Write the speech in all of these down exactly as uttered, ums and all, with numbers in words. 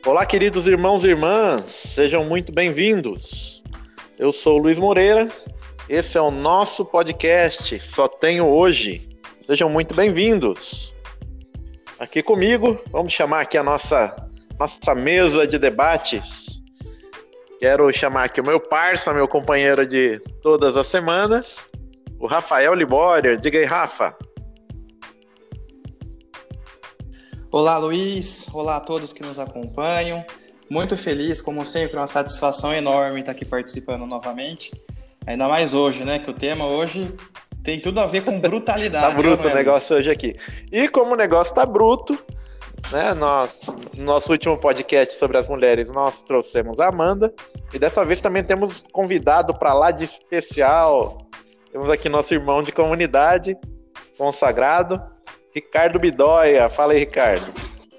Olá, queridos irmãos e irmãs, sejam muito bem-vindos. Eu sou o Luiz Moreira, esse é o nosso podcast Só Tenho Hoje. Sejam muito bem-vindos. Aqui comigo, vamos chamar aqui a nossa, nossa mesa de debates. Quero chamar aqui o meu parça, meu companheiro de todas as semanas, o Rafael Libório. Diga aí, Rafa. Olá, Luiz. Olá a todos que nos acompanham. Muito feliz, como sempre, uma satisfação enorme estar aqui participando novamente. Ainda mais hoje, né? Que o tema hoje tem tudo a ver com brutalidade. Tá bruto é, o negócio hoje aqui. E como o negócio tá bruto, né? Nós, no nosso último podcast sobre as mulheres, nós trouxemos a Amanda. E dessa vez também temos convidado para lá de especial. Temos aqui nosso irmão de comunidade, consagrado, Ricardo Bidóia. Fala aí, Ricardo.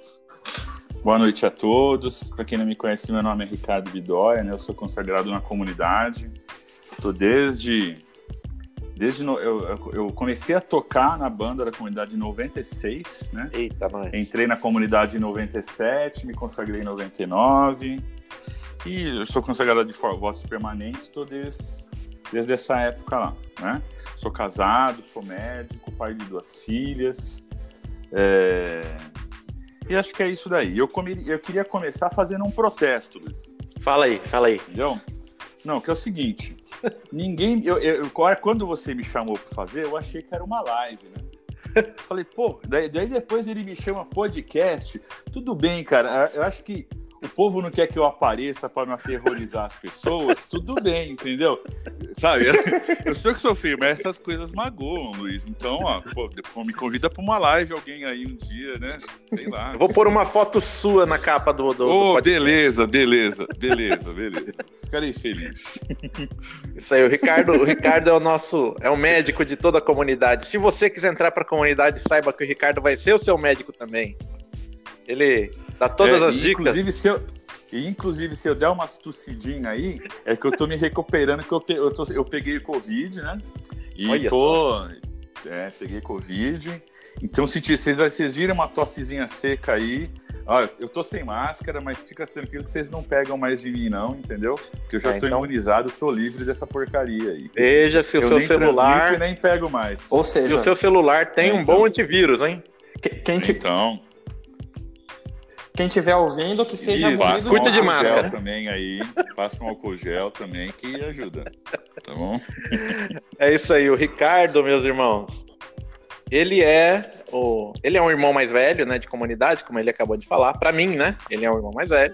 Boa noite a todos. Para quem não me conhece, meu nome é Ricardo Bidóia, né? Eu sou consagrado na comunidade. Estou desde... desde no... eu, eu comecei a tocar na banda da comunidade em noventa e seis, né? Eita, nós. Entrei na comunidade em noventa e sete, me consagrei em noventa e nove. E eu sou consagrado de votos permanentes, estou desde, desde essa época lá, né? Sou casado, sou médico, pai de duas filhas. É... E acho que é isso daí. Eu, come... eu queria começar fazendo um protesto, Luiz. Fala aí, fala aí. Entendeu? Não, que é o seguinte. ninguém... Eu, eu, quando você me chamou para fazer, eu achei que era uma live, né? Falei, pô, daí, daí depois ele me chama podcast. Tudo bem, cara. Eu acho que o povo não quer que eu apareça para não aterrorizar as pessoas. Tudo bem, entendeu? Sabe? Eu, eu sou que sou feio, mas essas coisas magoam, Luiz. Então, ó, pô, me convida para uma live alguém aí um dia, né? Sei lá. Eu vou pôr uma foto sua na capa do, do, oh, do beleza, beleza, beleza, beleza. Ficarei feliz. Isso aí, o Ricardo, o Ricardo é o nosso, é o médico de toda a comunidade. Se você quiser entrar para a comunidade, saiba que o Ricardo vai ser o seu médico também. Ele dá todas é, as dicas. Inclusive, se eu, inclusive, se eu der umas tossidinhas aí, é que eu tô me recuperando, que eu, pe, eu, tô, eu peguei Covid, né? E Olha tô... É, peguei Covid. Então, se vocês, vocês viram uma tossezinha seca aí, ó, eu tô sem máscara, mas fica tranquilo que vocês não pegam mais de mim, não, entendeu? Porque eu já é, tô então... imunizado, tô livre dessa porcaria aí. Veja se o eu seu nem celular... e nem pego mais. Ou seja, se o seu celular tem é, um então... bom antivírus, hein? Quem te... Então... Quem estiver ouvindo, que esteja muito Curta de máscara. Gel também aí, passa um álcool gel também que ajuda, tá bom? É isso aí, o Ricardo, meus irmãos. Ele é o, ele é um irmão mais velho, né, de comunidade, como ele acabou de falar. Para mim, né, ele é um irmão mais velho.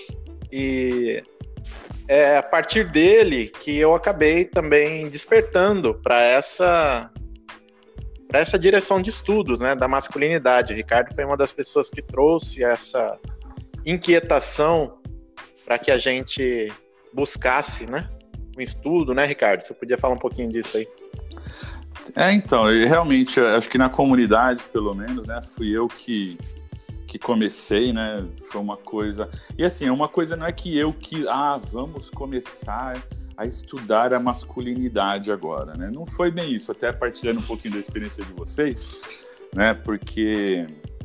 E é a partir dele que eu acabei também despertando para essa para essa direção de estudos, né, da masculinidade. O Ricardo foi uma das pessoas que trouxe essa inquietação para que a gente buscasse, né, um estudo, né, Ricardo? Você podia falar um pouquinho disso aí? É, então, eu realmente, acho que na comunidade, pelo menos, né, fui eu que, que comecei, né, foi uma coisa... E assim, uma coisa não é que eu que, ah, vamos começar... a estudar a masculinidade agora, né? Não foi bem isso, até partilhando um pouquinho da experiência de vocês, né? Porque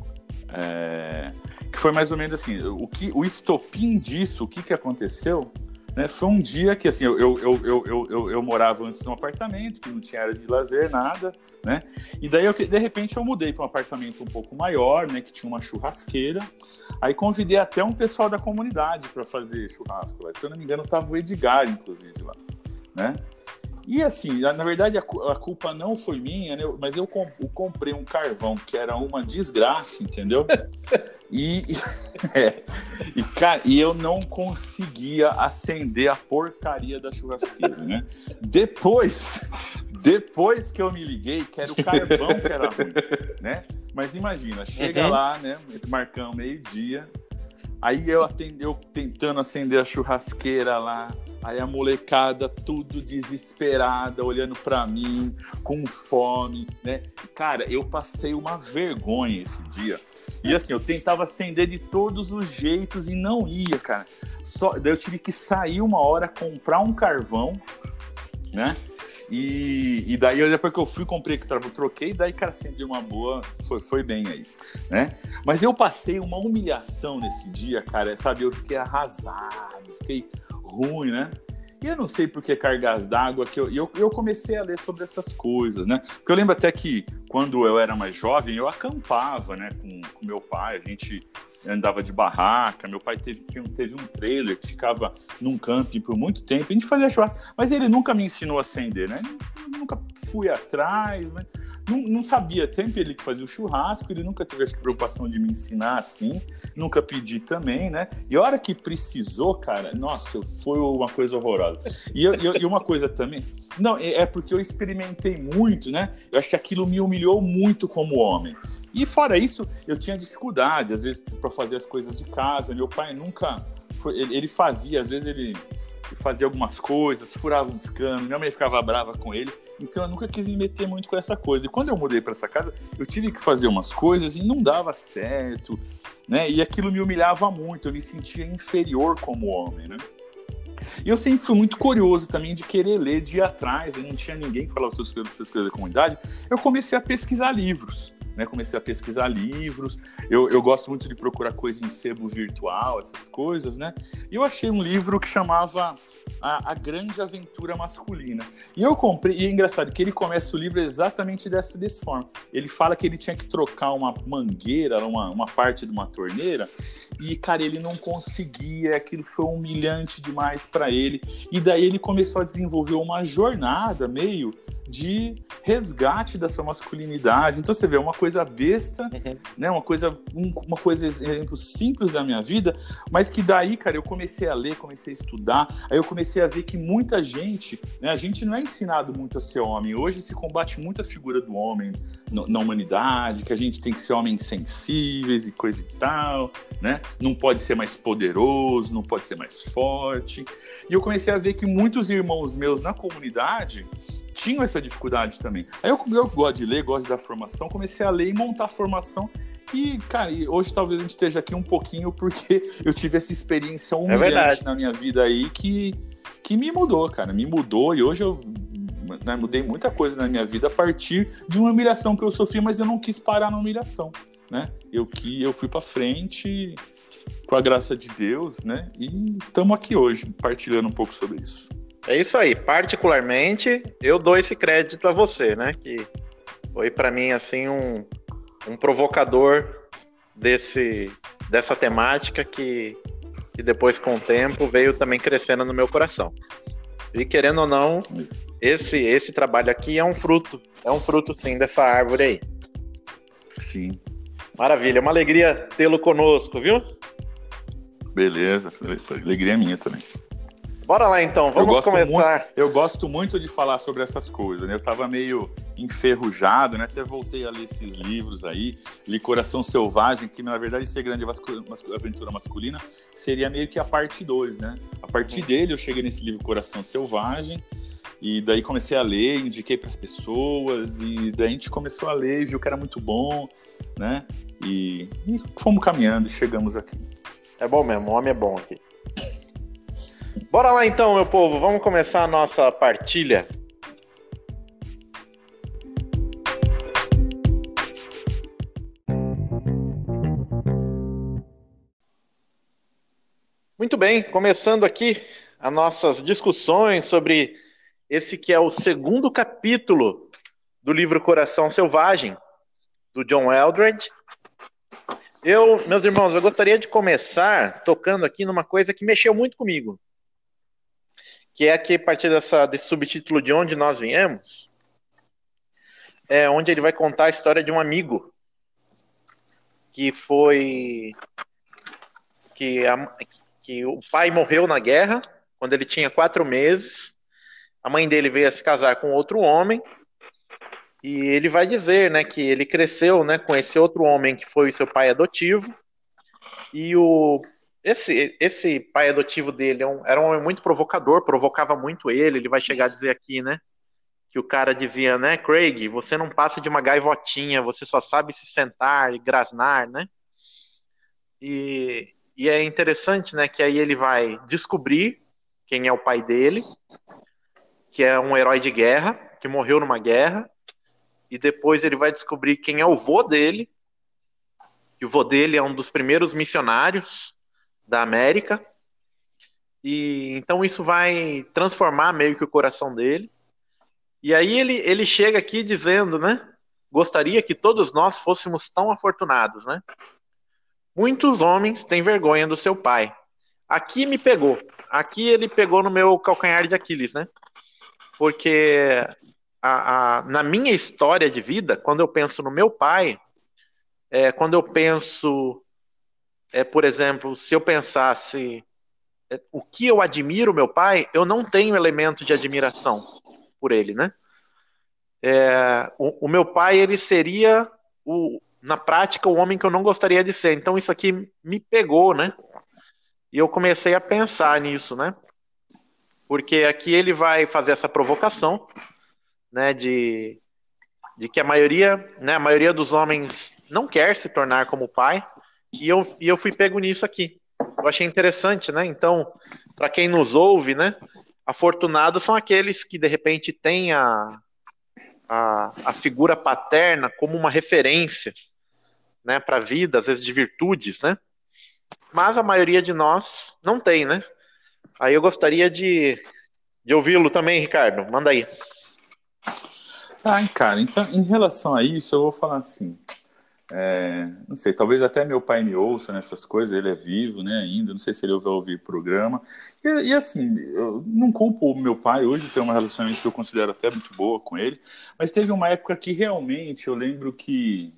é, que foi mais ou menos assim, o, que, o estopim disso, o que, que aconteceu, né? Foi um dia que assim, eu, eu, eu, eu, eu, eu morava antes num apartamento, que não tinha área de lazer, nada, né? E daí, eu, de repente, eu mudei para um apartamento um pouco maior, né? Que tinha uma churrasqueira. Aí convidei até um pessoal da comunidade para fazer churrasco lá. Se eu não me engano, estava o Edgar, inclusive, lá, né? E assim, na verdade, a, a culpa não foi minha, né? Mas eu, comp- eu comprei um carvão que era uma desgraça, entendeu? E, é, e, cara, e eu não conseguia acender a porcaria da churrasqueira, né? Depois, depois que eu me liguei, que era o carvão que era ruim, né? Mas imagina, chega uhum. lá, né? Marcamos meio-dia. Aí eu, atend, eu tentando acender a churrasqueira lá. Aí a molecada tudo desesperada, olhando pra mim, com fome, né? Cara, eu passei uma vergonha esse dia. E assim, eu tentava acender de todos os jeitos e não ia, cara. Só, daí eu tive que sair uma hora, comprar um carvão, né? E, e daí, depois que eu fui, comprei, que troquei, daí, cara, assim, deu uma boa, foi, foi bem aí, né? Mas eu passei uma humilhação nesse dia, cara, sabe? Eu fiquei arrasado, fiquei ruim, né? E eu não sei por que cargas d'água, que eu, eu, eu comecei a ler sobre essas coisas, né? Porque eu lembro até que, quando eu era mais jovem, eu acampava, né, com, com meu pai, a gente andava de barraca, meu pai teve, teve um trailer que ficava num camping por muito tempo, a gente fazia churrasco, mas ele nunca me ensinou a acender, né? Eu nunca fui atrás, mas não, não sabia, sempre ele que fazia o churrasco, ele nunca teve, acho que, preocupação de me ensinar assim, nunca pedi também, né? E a hora que precisou, cara, nossa, foi uma coisa horrorosa. E, eu, eu, e uma coisa também, não, é, é porque eu experimentei muito, né? Eu acho que aquilo me humilhou muito como homem. E fora isso, eu tinha dificuldade, às vezes, para fazer as coisas de casa. Meu pai nunca... Foi, ele, ele fazia, às vezes ele fazia algumas coisas, furava uns canos, minha mãe ficava brava com ele. Então eu nunca quis me meter muito com essa coisa. E quando eu mudei para essa casa, eu tive que fazer umas coisas e não dava certo, né? E aquilo me humilhava muito, eu me sentia inferior como homem, né? E eu sempre fui muito curioso também de querer ler, de ir atrás, e não tinha ninguém que falava essas coisas da comunidade. Eu comecei a pesquisar livros. Né, comecei a pesquisar livros, eu, eu gosto muito de procurar coisa em sebo virtual, essas coisas, né? E eu achei um livro que chamava A, a Grande Aventura Masculina. E eu comprei, e é engraçado que ele começa o livro exatamente dessa, dessa forma. Ele fala que ele tinha que trocar uma mangueira, uma, uma parte de uma torneira, e, cara, ele não conseguia, aquilo foi humilhante demais para ele. E daí ele começou a desenvolver uma jornada meio de resgate dessa masculinidade. Então você vê, uma coisa besta, uhum. né? Uma coisa, um, uma coisa, exemplo simples da minha vida, mas que daí, cara, eu comecei a ler, comecei a estudar, aí eu comecei a ver que muita gente, né? A gente não é ensinado muito a ser homem. Hoje se combate muito a figura do homem no, na humanidade, que a gente tem que ser homens sensíveis e coisa e tal, né? Não pode ser mais poderoso, não pode ser mais forte. E eu comecei a ver que muitos irmãos meus na comunidade tinham essa dificuldade também. Aí eu, eu gosto de ler, gosto da formação, comecei a ler e montar a formação. E, cara, e hoje talvez a gente esteja aqui um pouquinho porque eu tive essa experiência humilhante é na minha vida aí que, que me mudou, cara. Me mudou e hoje eu né, mudei muita coisa na minha vida a partir de uma humilhação que eu sofri, mas eu não quis parar na humilhação, né? Eu, que, eu fui pra frente com a graça de Deus, né? E estamos aqui hoje partilhando um pouco sobre isso. É isso aí, particularmente eu dou esse crédito a você, né, que foi para mim assim um, um provocador desse, dessa temática que, que depois com o tempo veio também crescendo no meu coração. E querendo ou não, esse, esse trabalho aqui é um fruto, é um fruto sim dessa árvore aí. Sim. Maravilha, uma alegria tê-lo conosco, viu? Beleza, alegria minha também. Bora lá então, vamos eu começar. Muito, eu gosto muito de falar sobre essas coisas, né? Eu tava meio enferrujado, né? Até voltei a ler esses livros aí, li Coração Selvagem, que na verdade ser grande aventura masculina seria meio que a parte dois, né? A partir dele eu cheguei nesse livro Coração Selvagem, e daí comecei a ler, indiquei para as pessoas, e daí a gente começou a ler e viu que era muito bom, né? E, e fomos caminhando e chegamos aqui. É bom mesmo, o homem é bom aqui. Bora lá então, meu povo, vamos começar a nossa partilha. Muito bem, começando aqui as nossas discussões sobre esse que é o segundo capítulo do livro Coração Selvagem, do John Eldredge. Eu, meus irmãos, eu gostaria de começar tocando aqui numa coisa que mexeu muito comigo, que é que a partir dessa, desse subtítulo de Onde Nós Viemos, é onde ele vai contar a história de um amigo que foi... que, a, que o pai morreu na guerra, quando ele tinha quatro meses, a mãe dele veio a se casar com outro homem, e ele vai dizer, né, que ele cresceu, né, com esse outro homem que foi o seu pai adotivo, e o... Esse, esse pai adotivo dele era um homem muito provocador, provocava muito ele, ele vai chegar a dizer aqui, né, que o cara dizia, né, Craig, você não passa de uma gaivotinha, você só sabe se sentar e grasnar, né, e, e é interessante, né, que aí ele vai descobrir quem é o pai dele, que é um herói de guerra, que morreu numa guerra, e depois ele vai descobrir quem é o vô dele, que o vô dele é um dos primeiros missionários da América, e então isso vai transformar meio que o coração dele. E aí ele, ele chega aqui dizendo, né, gostaria que todos nós fôssemos tão afortunados, né? Muitos homens têm vergonha do seu pai. Aqui me pegou. Aqui ele pegou no meu calcanhar de Aquiles, né? Porque a, a, na minha história de vida, quando eu penso no meu pai, é, quando eu penso, é, por exemplo, se eu pensasse é, o que eu admiro meu pai, eu não tenho elemento de admiração por ele, né? É, o, o meu pai, ele seria, o, na prática, o homem que eu não gostaria de ser. Então isso aqui me pegou, né? E eu comecei a pensar nisso, né? Porque aqui ele vai fazer essa provocação, né, de, de que a maioria, né, a maioria dos homens não quer se tornar como pai, e eu, e eu fui pego nisso aqui. Eu achei interessante, né? Então, para quem nos ouve, né, afortunados são aqueles que de repente têm a, a, a figura paterna como uma referência, né, para a vida, às vezes de virtudes, né? Mas a maioria de nós não tem, né? Aí eu gostaria de, de ouvi-lo também, Ricardo. Manda aí. Ah, cara, então, em relação a isso, eu vou falar assim, é, não sei, talvez até meu pai me ouça nessas coisas, ele é vivo, né, ainda, não sei se ele vai ouvir o programa, e, e assim, eu não culpo o meu pai, hoje tem uma relacionamento que eu considero até muito boa com ele, mas teve uma época que realmente eu lembro que,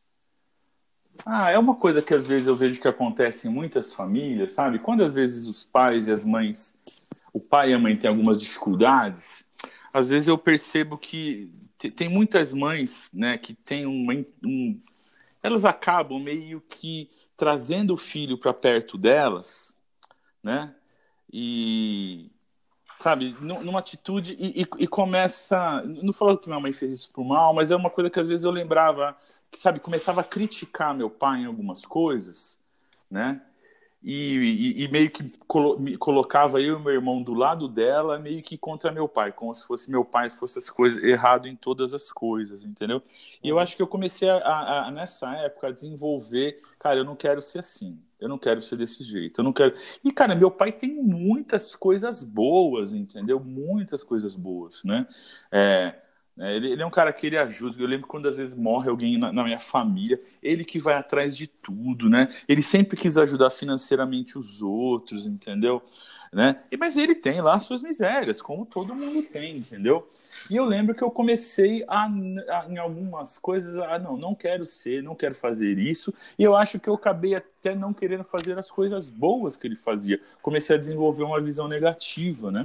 ah, é uma coisa que às vezes eu vejo que acontece em muitas famílias, sabe, quando às vezes os pais e as mães, o pai e a mãe têm algumas dificuldades, às vezes eu percebo que tem muitas mães, né, que tem um, um... Elas acabam meio que trazendo o filho para perto delas, né? E, sabe, numa atitude... E, e, e começa... Não falo que minha mãe fez isso por mal, mas é uma coisa que às vezes eu lembrava, que, sabe, começava a criticar meu pai em algumas coisas, né? E, e, e meio que colo, me colocava eu e meu irmão do lado dela, meio que contra meu pai, como se fosse meu pai fosse as coisas errado em todas as coisas, entendeu? E eu acho que eu comecei a, a, a, nessa época a desenvolver, cara, eu não quero ser assim, eu não quero ser desse jeito, eu não quero. E cara, meu pai tem muitas coisas boas, entendeu? Muitas coisas boas, né? É, Ele, ele é um cara que ele ajuda. Eu lembro quando às vezes morre alguém na, na minha família, ele que vai atrás de tudo, né? Ele sempre quis ajudar financeiramente os outros, entendeu? Né? E, mas ele tem lá suas misérias, como todo mundo tem, entendeu? E eu lembro que eu comecei a, a, em algumas coisas, a não, não quero ser, não quero fazer isso, e eu acho que eu acabei até não querendo fazer as coisas boas que ele fazia. Comecei a desenvolver uma visão negativa, né?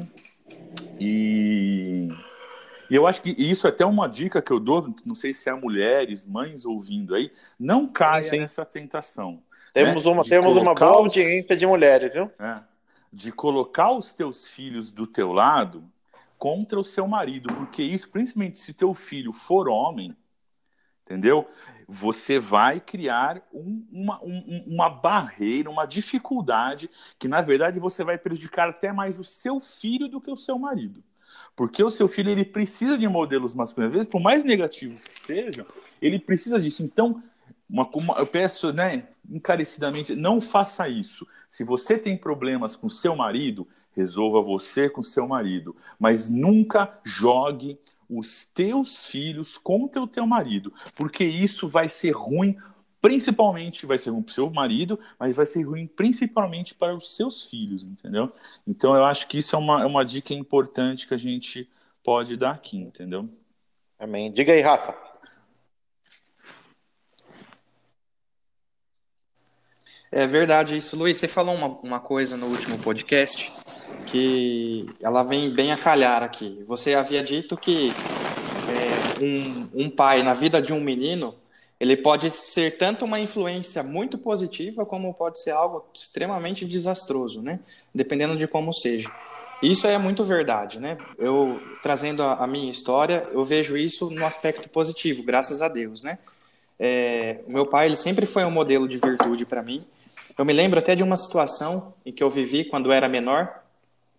E... E eu acho que isso é até uma dica que eu dou, não sei se há mulheres, mães ouvindo aí, não caia sim, sim. nessa tentação. Temos, né? uma, temos uma boa os, audiência de mulheres, viu? É, de colocar os teus filhos do teu lado contra o seu marido, porque isso, principalmente se teu filho for homem, entendeu? Você vai criar um, uma, um, uma barreira, uma dificuldade que, na verdade, você vai prejudicar até mais o seu filho do que o seu marido. Porque o seu filho, ele precisa de modelos masculinos. Às vezes, por mais negativos que sejam, ele precisa disso. Então, uma, uma, eu peço, né, encarecidamente, não faça isso. Se você tem problemas com seu marido, resolva você com seu marido. Mas nunca jogue os teus filhos contra o teu marido. Porque isso vai ser ruim, principalmente vai ser ruim para o seu marido, mas vai ser ruim principalmente para os seus filhos, entendeu? Então eu acho que isso é uma, é uma dica importante que a gente pode dar aqui, entendeu? Amém. Diga aí, Rafa. É verdade isso, Luiz. Você falou uma, uma coisa no último podcast que ela vem bem a calhar aqui. Você havia dito que é, um, um pai na vida de um menino, ele pode ser tanto uma influência muito positiva, como pode ser algo extremamente desastroso, né? Dependendo de como seja. Isso é muito verdade, né? Eu, trazendo a, a minha história, eu vejo isso no aspecto positivo, graças a Deus, né? É, o meu pai, ele sempre foi um modelo de virtude para mim. Eu me lembro até de uma situação em que eu vivi quando eu era menor.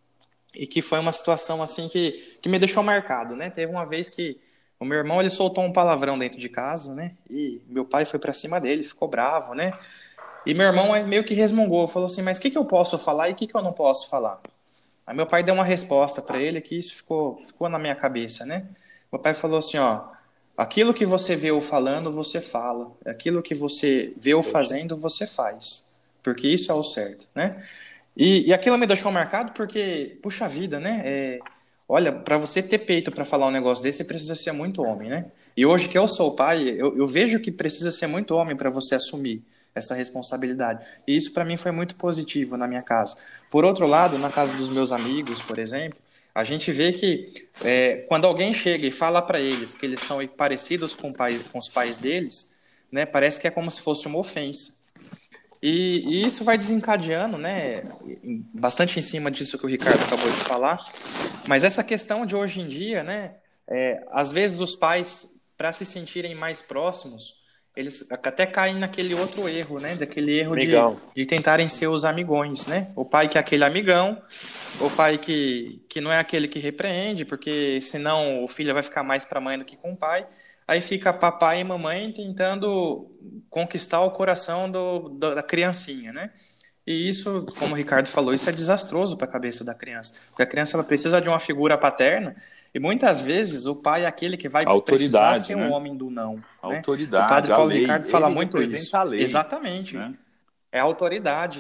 e que foi uma situação assim que, que me deixou marcado, né? Teve uma vez que o meu irmão ele soltou um palavrão dentro de casa, né? E meu pai foi para cima dele, ficou bravo, né? E meu irmão meio que resmungou, falou assim, mas o que, que eu posso falar e o que, que eu não posso falar? Aí meu pai deu uma resposta para ele que isso ficou, ficou na minha cabeça, né? Meu pai falou assim, ó, aquilo que você vê eu falando, você fala. Aquilo que você vê eu fazendo, você faz. Porque isso é o certo, né? E, e aquilo me deixou marcado porque, puxa vida, né? É, olha, para você ter peito para falar um negócio desse, você precisa ser muito homem, né? E hoje que eu sou pai, eu, eu vejo que precisa ser muito homem para você assumir essa responsabilidade. E isso para mim foi muito positivo na minha casa. Por outro lado, na casa dos meus amigos, por exemplo, a gente vê que é, quando alguém chega e fala para eles que eles são parecidos com, pai, com os pais deles, né, parece que é como se fosse uma ofensa. E, e isso vai desencadeando, né, bastante em cima disso que o Ricardo acabou de falar, mas essa questão de hoje em dia, né, é, às vezes os pais, para se sentirem mais próximos, eles até caem naquele outro erro, né, daquele erro de, de tentarem ser os amigões, né, o pai que é aquele amigão, o pai que, que não é aquele que repreende, porque senão o filho vai ficar mais para a mãe do que com o pai. Aí fica papai e mamãe tentando conquistar o coração do, do, da criancinha, né? E isso, como o Ricardo falou, isso é desastroso para a cabeça da criança. Porque a criança ela precisa de uma figura paterna e muitas vezes o pai é aquele que vai precisar ser um homem do não. A né? autoridade, o padre Paulo lei, Ricardo fala ele muito isso. A lei, Exatamente. Né? É a autoridade.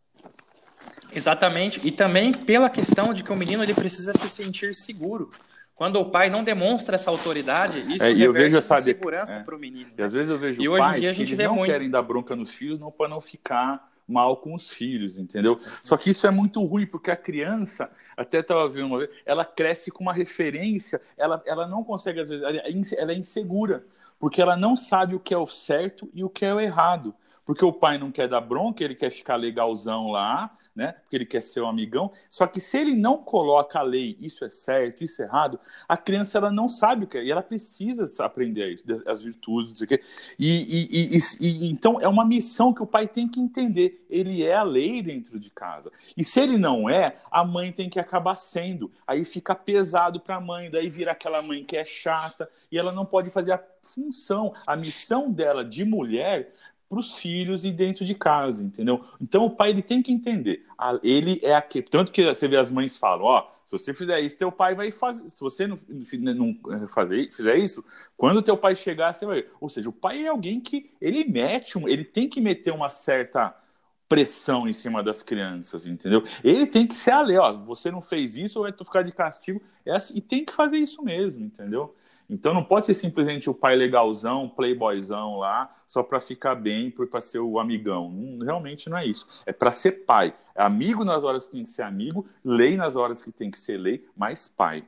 Exatamente. E também pela questão de que o menino ele precisa se sentir seguro. Quando o pai não demonstra essa autoridade, isso é, eu vejo essa essa segurança é. para o menino. E às vezes eu vejo e pais hoje em dia a gente que eles vê não muito. querem dar bronca nos filhos não para não ficar mal com os filhos, entendeu? Só que isso é muito ruim, porque a criança, até estava vendo uma vez, ela cresce com uma referência, ela, ela não consegue, às vezes, ela é insegura, porque ela não sabe o que é o certo e o que é o errado. Porque o pai não quer dar bronca, ele quer ficar legalzão lá, né? Porque ele quer ser um amigão. Só que se ele não coloca a lei, isso é certo, isso é errado, a criança ela não sabe o que é. E ela precisa aprender isso, as virtudes, não sei o quê. E, e, e, e, então é uma missão que o pai tem que entender. Ele é a lei dentro de casa. E se ele não é, a mãe tem que acabar sendo. Aí fica pesado para a mãe, daí vira aquela mãe que é chata e ela não pode fazer a função, a missão dela de mulher para os filhos e dentro de casa, entendeu? Então o pai ele tem que entender, ele é aquele, tanto que você vê as mães falam, ó, se você fizer isso, teu pai vai fazer, se você não, não fazer, fizer isso, quando teu pai chegar, você vai ver. Ou seja, o pai é alguém que ele mete, um, ele tem que meter uma certa pressão em cima das crianças, entendeu? Ele tem que ser a lei, ó, você não fez isso, vai ficar de castigo, é assim, e tem que fazer isso mesmo, entendeu? Então não pode ser simplesmente o pai legalzão, playboyzão lá, só para ficar bem, para ser o amigão. Não, realmente não é isso. É para ser pai. É amigo nas horas que tem que ser amigo, lei nas horas que tem que ser lei, mas pai.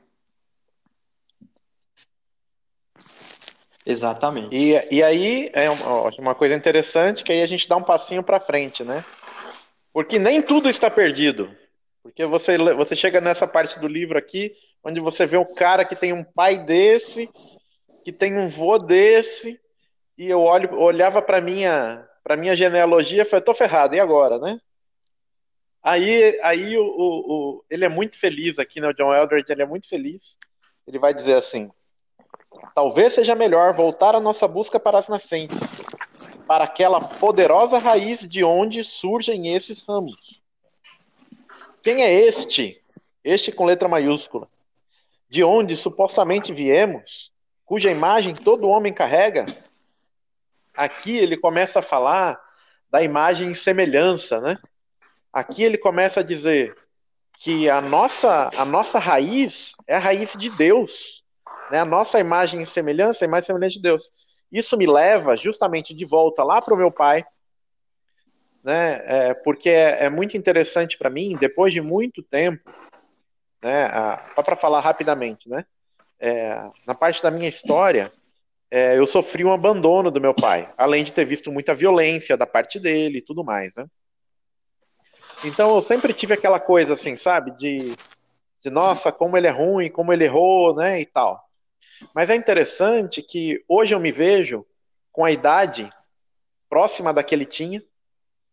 Exatamente. E, e aí é uma, uma coisa interessante que aí a gente dá um passinho para frente, né? Porque nem tudo está perdido. Porque você, você chega nessa parte do livro aqui, onde você vê um cara que tem um pai desse, que tem um vô desse, e eu olho, olhava para minha, para minha genealogia e falei, tô ferrado, e agora, né? Aí, aí o, o, o, ele é muito feliz aqui, né? O John Eldredge, ele é muito feliz. Ele vai dizer assim, talvez seja melhor voltar a nossa busca para as nascentes, para aquela poderosa raiz de onde surgem esses ramos. Quem é este? Este com letra maiúscula. De onde supostamente viemos, cuja imagem todo homem carrega? Aqui ele começa a falar da imagem e semelhança, né? Aqui ele começa a dizer que a nossa, a nossa raiz é a raiz de Deus, né? A nossa imagem e semelhança é a imagem e semelhança de Deus. Isso me leva justamente de volta lá para o meu pai, né? É, porque é, é muito interessante para mim, depois de muito tempo, né? Só para falar rapidamente, né? É, na parte da minha história, é, eu sofri um abandono do meu pai, além de ter visto muita violência da parte dele e tudo mais, né? Então eu sempre tive aquela coisa assim, sabe, de, de nossa, como ele é ruim, como ele errou, né, e tal. Mas é interessante que hoje eu me vejo com a idade próxima da que ele tinha,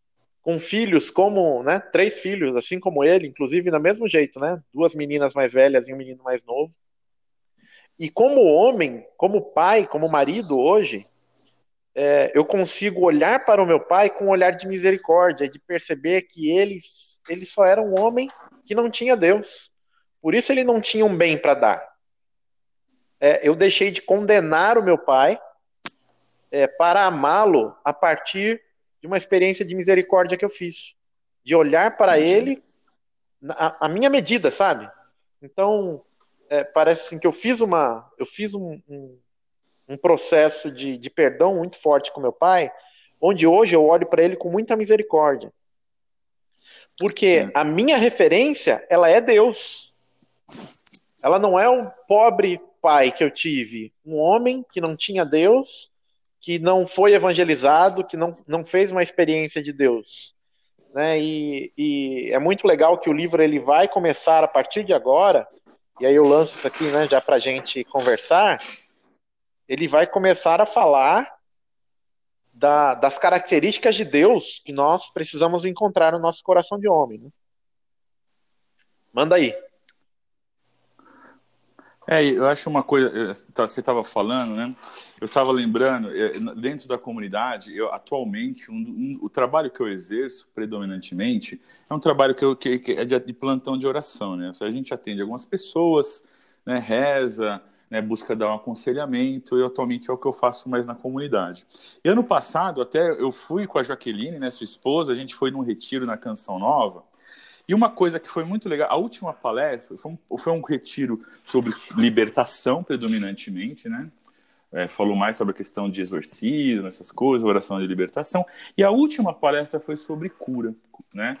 com filhos como, né, três filhos, assim como ele, inclusive do mesmo jeito, né, duas meninas mais velhas e um menino mais novo. E como homem, como pai, como marido hoje, é, eu consigo olhar para o meu pai com um olhar de misericórdia, de perceber que ele, ele só era um homem que não tinha Deus. Por isso ele não tinha um bem para dar. É, eu deixei de condenar o meu pai é, para amá-lo a partir de uma experiência de misericórdia que eu fiz. De olhar para ele a, a minha medida, sabe? Então, é, parece assim que eu fiz uma... Eu fiz um, um, um processo de, de perdão muito forte com meu pai, onde hoje eu olho para ele com muita misericórdia. Porque a minha referência, ela é Deus. Ela não é um pobre pai que eu tive, um homem que não tinha Deus, que não foi evangelizado, que não, não fez uma experiência de Deus. Né? E, e é muito legal que o livro ele vai começar a partir de agora, e aí eu lanço isso aqui, né, já para a gente conversar, ele vai começar a falar da, das características de Deus que nós precisamos encontrar no nosso coração de homem. Né? Manda aí. É, eu acho uma coisa, você estava falando, né? Eu estava lembrando, dentro da comunidade, eu, atualmente, um, um, o trabalho que eu exerço predominantemente é um trabalho que, eu, que, que é de, de plantão de oração, né? A gente atende algumas pessoas, né, reza, né, busca dar um aconselhamento, e atualmente é o que eu faço mais na comunidade. E ano passado, até eu fui com a Jaqueline, né, sua esposa, a gente foi num retiro na Canção Nova. E uma coisa que foi muito legal, a última palestra foi um, foi um retiro sobre libertação, predominantemente, né? É, falou mais sobre a questão de exorcismo, essas coisas, oração de libertação. E a última palestra foi sobre cura, né?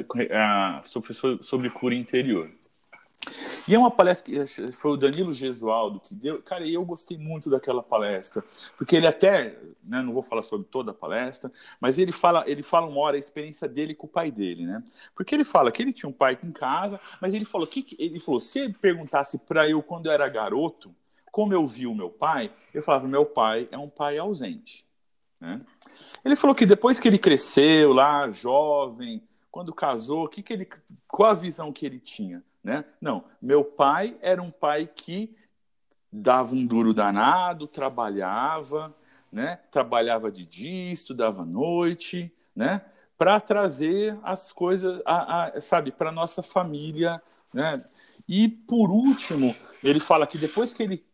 Sobre, sobre cura interior. E é uma palestra que foi o Danilo Gesualdo que deu. Cara, eu gostei muito daquela palestra, porque ele até, né, não vou falar sobre toda a palestra, mas ele fala, ele fala uma hora a experiência dele com o pai dele, né? Porque ele fala que ele tinha um pai em casa, mas ele falou que ele falou, se ele perguntasse para eu quando eu era garoto, como eu vi o meu pai, eu falava, meu pai é um pai ausente, né? Ele falou que depois que ele cresceu lá, jovem, quando casou, que que ele, qual a visão que ele tinha? Né? Não, meu pai era um pai que dava um duro danado, trabalhava, né? Trabalhava de dia, estudava à noite, né? Para trazer as coisas, a, a, sabe, para nossa família, né? E por último, ele fala que depois que ele,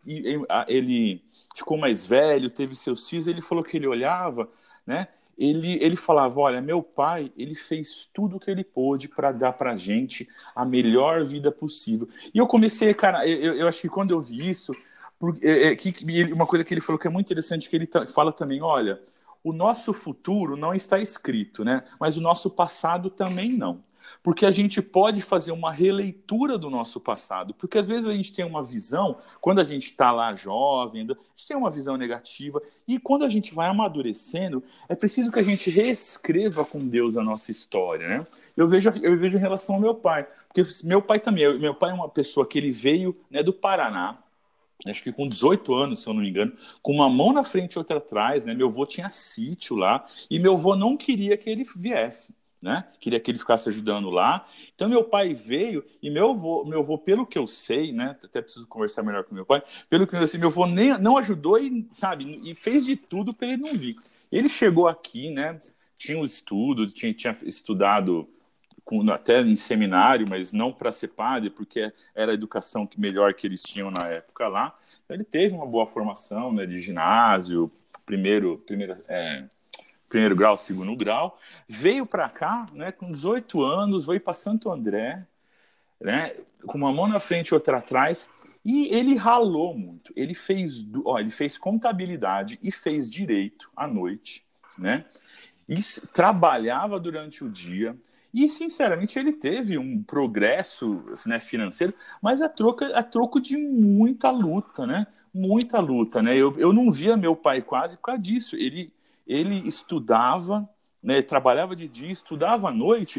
ele ficou mais velho, teve seus filhos, ele falou que ele olhava, né? Ele, ele falava, olha, meu pai, ele fez tudo o que ele pôde para dar para gente a melhor vida possível. E eu comecei, cara, eu, eu acho que quando eu vi isso, porque, é, que, uma coisa que ele falou que é muito interessante, que ele fala também, olha, o nosso futuro não está escrito, né? Mas o nosso passado também não. Porque a gente pode fazer uma releitura do nosso passado. Porque às vezes a gente tem uma visão, quando a gente está lá jovem, a gente tem uma visão negativa. E quando a gente vai amadurecendo, é preciso que a gente reescreva com Deus a nossa história, né? Eu vejo, eu vejo em relação ao meu pai. Porque meu pai também, meu pai é uma pessoa que ele veio, né, do Paraná, acho que com dezoito anos, se eu não me engano, com uma mão na frente e outra atrás, né? Meu avô tinha sítio lá, e meu avô não queria que ele viesse. Né? Queria que ele ficasse ajudando lá. Então meu pai veio e meu avô, meu avô, pelo que eu sei, né? Até preciso conversar melhor com meu pai. Pelo que eu sei, meu avô nem, não ajudou e, sabe, e fez de tudo para ele não vir. Ele chegou aqui, né? Tinha um estudo, tinha, tinha estudado com, até em seminário, mas não para ser padre, porque era a educação melhor que eles tinham na época lá. Então ele teve uma boa formação, né? De ginásio, primeiro, primeiro é, primeiro grau, segundo grau, veio para cá, né, com dezoito anos, veio para Santo André, né, com uma mão na frente e outra atrás, e ele ralou muito. Ele fez, ó, ele fez contabilidade e fez direito à noite, né, e trabalhava durante o dia, e, sinceramente, ele teve um progresso, né, financeiro, mas a troco, a troco de muita luta, né, muita luta, né, eu, eu não via meu pai quase por causa disso. Ele Ele estudava, né, trabalhava de dia, estudava à noite,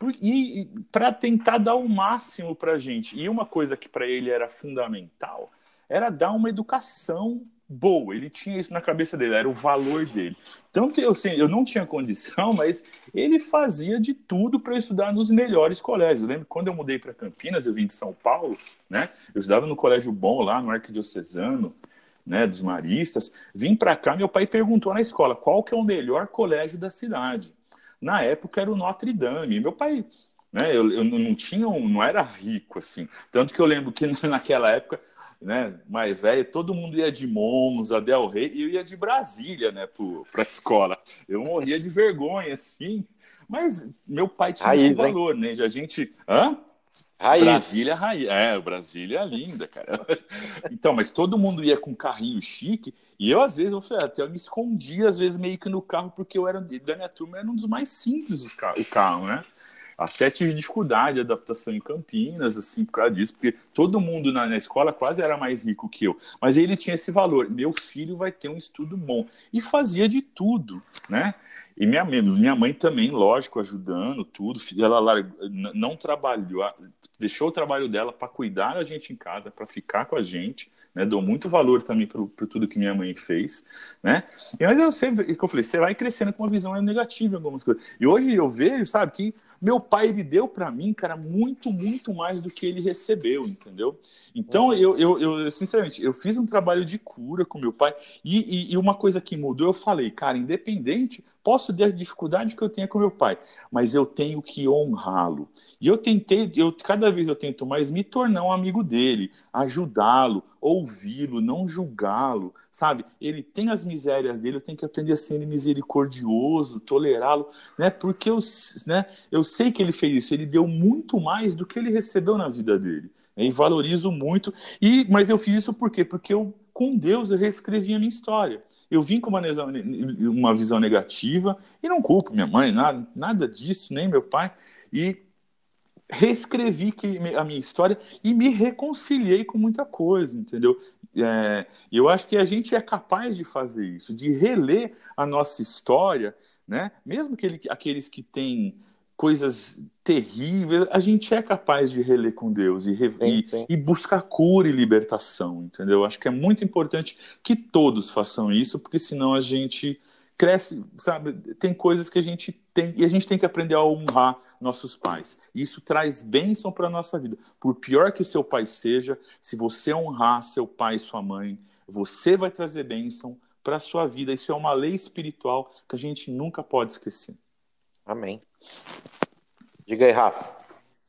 e para tentar dar o máximo para a gente. E uma coisa que para ele era fundamental era dar uma educação boa, ele tinha isso na cabeça dele, era o valor dele. Tanto que eu, assim, eu não tinha condição, mas ele fazia de tudo para estudar nos melhores colégios. Eu lembro quando eu mudei para Campinas, eu vim de São Paulo, né? Eu estudava no Colégio Bom, lá no Arquidiocesano, né, dos Maristas. Vim para cá, meu pai perguntou na escola qual que é o melhor colégio da cidade. Na época era o Notre Dame. Meu pai, né, eu, eu não tinha, um, não era rico assim. Tanto que eu lembro que naquela época, né, mais velho, todo mundo ia de Monza, Del Rey, e eu ia de Brasília, né, para a escola. Eu morria de vergonha, assim. Mas meu pai tinha Raiz, esse valor, hein? Né? De a gente. Hã? Raiz. Brasília, raiz. É, Brasília é linda, cara. Então, mas todo mundo ia com carrinho chique, e eu, às vezes, eu, falei, até eu me escondia, às vezes, meio que no carro, porque eu era, da minha turma, era um dos mais simples o carro, o carro, né? Até tive dificuldade de adaptação em Campinas, assim, por causa disso, porque todo mundo na, na escola quase era mais rico que eu. Mas ele tinha esse valor, meu filho vai ter um estudo bom. E fazia de tudo, né? E minha, minha mãe também, lógico, ajudando tudo. Ela largou, não trabalhou, deixou o trabalho dela para cuidar da gente em casa, para ficar com a gente, né? Dou muito valor também por tudo que minha mãe fez, né? E, mas eu sempre, que eu falei, você vai crescendo com uma visão negativa em algumas coisas. E hoje eu vejo, sabe, que meu pai, ele deu para mim, cara, muito, muito mais do que ele recebeu, entendeu? Então, eu, eu, eu sinceramente, eu fiz um trabalho de cura com meu pai, e, e, e uma coisa que mudou, eu falei, cara, independente, posso ter a dificuldade que eu tenha com meu pai, mas eu tenho que honrá-lo. E eu tentei, eu, cada vez eu tento mais me tornar um amigo dele, ajudá-lo, ouvi-lo, não julgá-lo, sabe? Ele tem as misérias dele, eu tenho que aprender a ser misericordioso, tolerá-lo, né? Porque eu, né, eu sei que ele fez isso, ele deu muito mais do que ele recebeu na vida dele. E valorizo muito. E, mas eu fiz isso por quê? Porque eu, com Deus, eu reescrevi a minha história. Eu vim com uma visão, uma visão negativa, e não culpo minha mãe, nada, nada disso, nem meu pai, e reescrevi que, a minha história e me reconciliei com muita coisa, entendeu? É, eu acho que a gente é capaz de fazer isso, de reler a nossa história, né? Mesmo aquele, aqueles que têm coisas terríveis, a gente é capaz de reler com Deus e, sim, e, sim. e buscar cura e libertação, entendeu? Acho que é muito importante que todos façam isso, porque senão a gente cresce, sabe? Tem coisas que a gente tem, e a gente tem que aprender a honrar nossos pais. Isso traz bênção para a nossa vida. Por pior que seu pai seja, se você honrar seu pai e sua mãe, você vai trazer bênção para a sua vida. Isso é uma lei espiritual que a gente nunca pode esquecer. Amém. Diga aí, Rafa.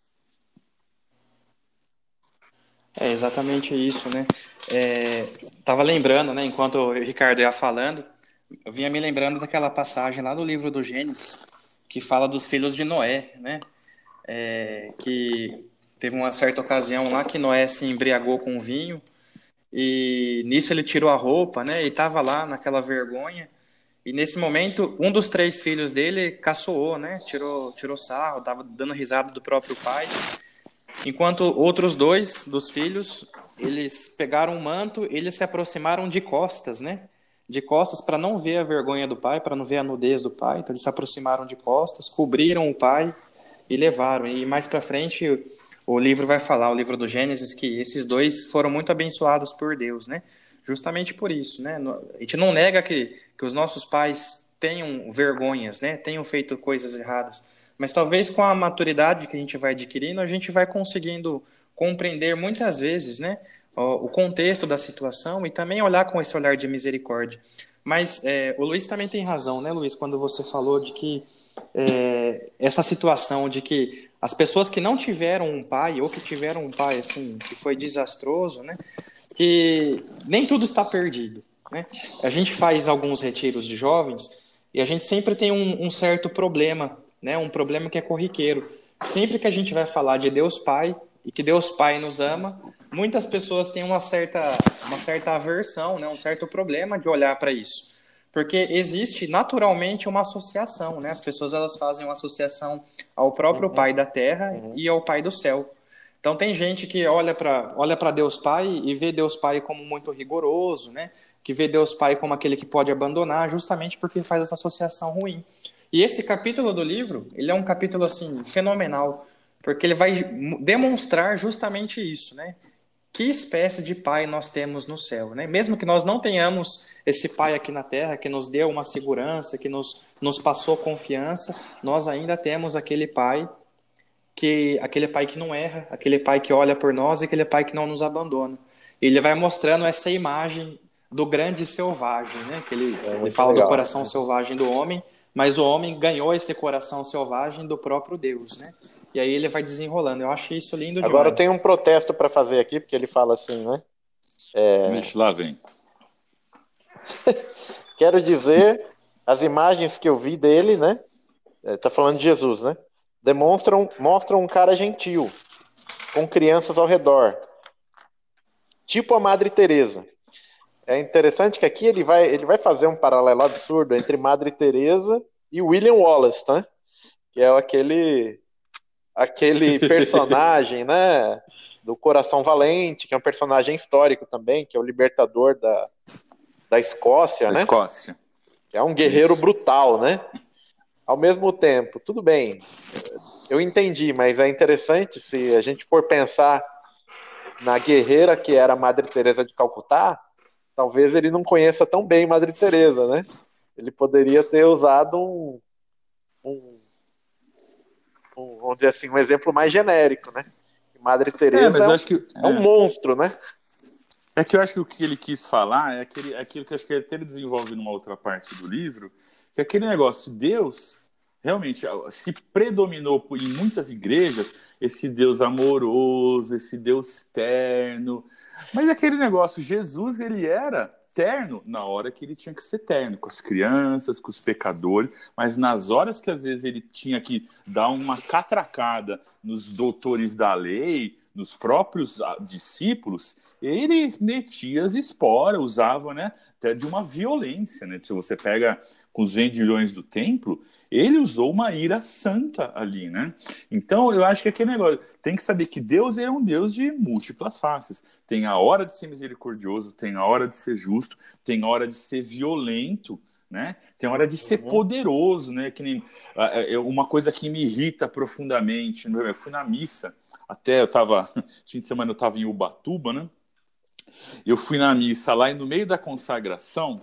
É exatamente isso, né? É, tava lembrando, né, enquanto o Ricardo ia falando, eu vinha me lembrando daquela passagem lá do livro do Gênesis, que fala dos filhos de Noé, né? É, que teve uma certa ocasião lá que Noé se embriagou com vinho, e nisso ele tirou a roupa, né? E estava lá naquela vergonha. E nesse momento, um dos três filhos dele caçoou, né? Tirou, tirou sarro, estava dando risada do próprio pai. Enquanto outros dois dos filhos, eles pegaram um manto, eles se aproximaram de costas, né? De costas para não ver a vergonha do pai, para não ver a nudez do pai. Então eles se aproximaram de costas, cobriram o pai e levaram. E mais para frente, o livro vai falar, o livro do Gênesis, que esses dois foram muito abençoados por Deus, né? Justamente por isso, né? A gente não nega que, que os nossos pais tenham vergonhas, né? Tenham feito coisas erradas, mas talvez com a maturidade que a gente vai adquirindo, a gente vai conseguindo compreender muitas vezes, né? O, o contexto da situação e também olhar com esse olhar de misericórdia. Mas é, o Luiz também tem razão, né, Luiz? Quando você falou de que é, essa situação de que as pessoas que não tiveram um pai ou que tiveram um pai assim que foi desastroso, né? Que nem tudo está perdido, né? A gente faz alguns retiros de jovens e a gente sempre tem um, um certo problema, né? Um problema que é corriqueiro. Sempre que a gente vai falar de Deus Pai e que Deus Pai nos ama, muitas pessoas têm uma certa, uma certa aversão, né? Um certo problema de olhar para isso. Porque existe naturalmente uma associação, né? As pessoas elas fazem uma associação ao próprio uhum. Pai da Terra uhum. e ao Pai do Céu. Então tem gente que olha para olha para Deus Pai e vê Deus Pai como muito rigoroso, né? Que vê Deus Pai como aquele que pode abandonar, justamente porque faz essa associação ruim. E esse capítulo do livro, ele é um capítulo assim fenomenal, porque ele vai demonstrar justamente isso, né? que espécie de pai nós temos no céu, né? Mesmo que nós não tenhamos esse pai aqui na terra, que nos deu uma segurança, que nos, nos passou confiança, nós ainda temos aquele pai que aquele pai que não erra, aquele pai que olha por nós e aquele pai que não nos abandona. Ele vai mostrando essa imagem do grande selvagem, né? Que ele, É ele fala legal, do coração né? selvagem do homem, mas o homem ganhou esse coração selvagem do próprio Deus, né? E aí ele vai desenrolando. Eu achei isso lindo demais. Agora eu tenho um protesto para fazer aqui, porque ele fala assim, né? É... Vixe, lá vem. Quero dizer, as imagens que eu vi dele, né? Tá falando de Jesus, né? Demonstram, mostram um cara gentil, com crianças ao redor, tipo a Madre Teresa. É interessante que aqui ele vai, ele vai fazer um paralelo absurdo entre Madre Teresa e William Wallace, tá? Que é aquele, aquele personagem, né? Do Coração Valente, que é um personagem histórico também, que é o libertador da, da Escócia, Da né? Escócia. Que é um guerreiro brutal, né? Ao mesmo tempo, tudo bem, eu entendi, mas é interessante se a gente for pensar na guerreira que era a Madre Teresa de Calcutá, talvez ele não conheça tão bem Madre Teresa, né? Ele poderia ter usado um, um, um vamos dizer assim, um exemplo mais genérico, né? Madre Teresa É, mas é, eu um, acho que é um monstro, né? É que eu acho que o que ele quis falar é aquele, aquilo que eu acho que até ele desenvolve numa outra parte do livro, que é aquele negócio, Deus realmente se predominou em muitas igrejas esse Deus amoroso, esse Deus terno, mas aquele negócio, Jesus ele era terno na hora que ele tinha que ser terno, com as crianças, com os pecadores, mas nas horas que às vezes ele tinha que dar uma catracada nos doutores da lei, nos próprios discípulos, ele metia as esporas, usava, né, até de uma violência, né? Se você pega com os vendilhões do templo, ele usou uma ira santa ali, né? Então, eu acho que aquele negócio, tem que saber que Deus é um Deus de múltiplas faces. Tem a hora de ser misericordioso, tem a hora de ser justo, tem a hora de ser violento, né? Tem a hora de ser Uhum. poderoso, né? Que nem, uma coisa que me irrita profundamente, eu fui na missa, até eu tava, esse fim de semana eu tava em Ubatuba, né? Eu fui na missa lá e no meio da consagração,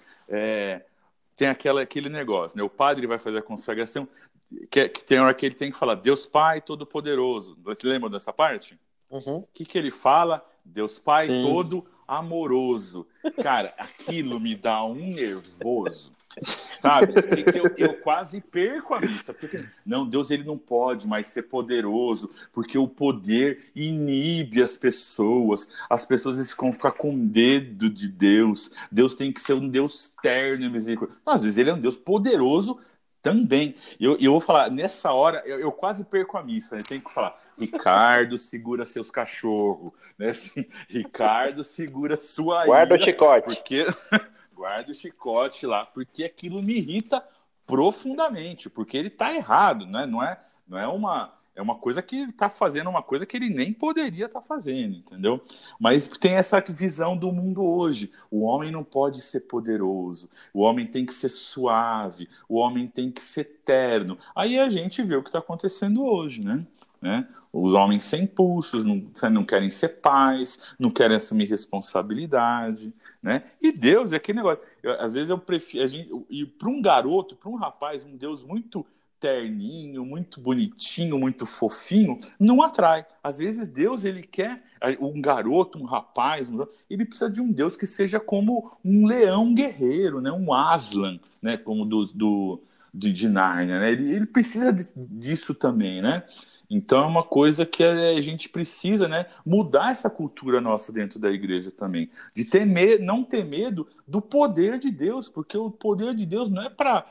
é, tem aquela, aquele negócio, né? O padre vai fazer a consagração, que, que tem hora que ele tem que falar Deus Pai Todo-Poderoso. Você lembra dessa parte? Uhum. O que, que ele fala? Deus Pai Sim. Todo-Amoroso. Cara, aquilo me dá um nervoso. Sabe? Porque eu, eu quase perco a missa. Porque, não, Deus ele não pode mais ser poderoso, porque o poder inibe as pessoas. As pessoas eles ficam ficar com medo de Deus. Deus tem que ser um Deus terno e misericordioso. Às vezes ele é um Deus poderoso também. E eu, eu vou falar, nessa hora, eu, eu quase perco a missa. Eu tenho que falar, Ricardo, segura seus cachorros. Né? Assim, Ricardo, segura sua Guarda ira, o chicote. Porque... guarda o chicote lá, porque aquilo me irrita profundamente, porque ele está errado, né? Não é, não é uma, é uma coisa que ele está fazendo, uma coisa que ele nem poderia estar tá fazendo, entendeu? Mas tem essa visão do mundo hoje. O homem não pode ser poderoso, o homem tem que ser suave, o homem tem que ser terno. Aí a gente vê o que está acontecendo hoje, né? né? Os homens sem impulsos, não, não querem ser pais, não querem assumir responsabilidade, né? E Deus é aquele negócio. Eu, às vezes eu prefiro. A gente, e para um garoto, para um rapaz, um Deus muito terninho, muito bonitinho, muito fofinho, não atrai. Às vezes Deus ele quer um garoto, um rapaz, um, ele precisa de um Deus que seja como um leão guerreiro, né? Um Aslan, né? Como do, do de, de Nárnia, né? Ele, ele precisa disso também, né? Então é uma coisa que a gente precisa, né, mudar essa cultura nossa dentro da igreja também, de ter medo, não ter medo do poder de Deus, porque o poder de Deus não é para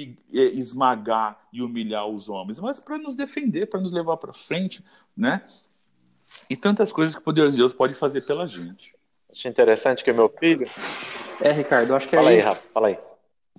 esmagar e humilhar os homens, mas para nos defender, para nos levar para frente, né? E tantas coisas que o poder de Deus pode fazer pela gente. Acho interessante que meu filho... É, Ricardo, acho que fala aí... aí, Rafa, fala aí.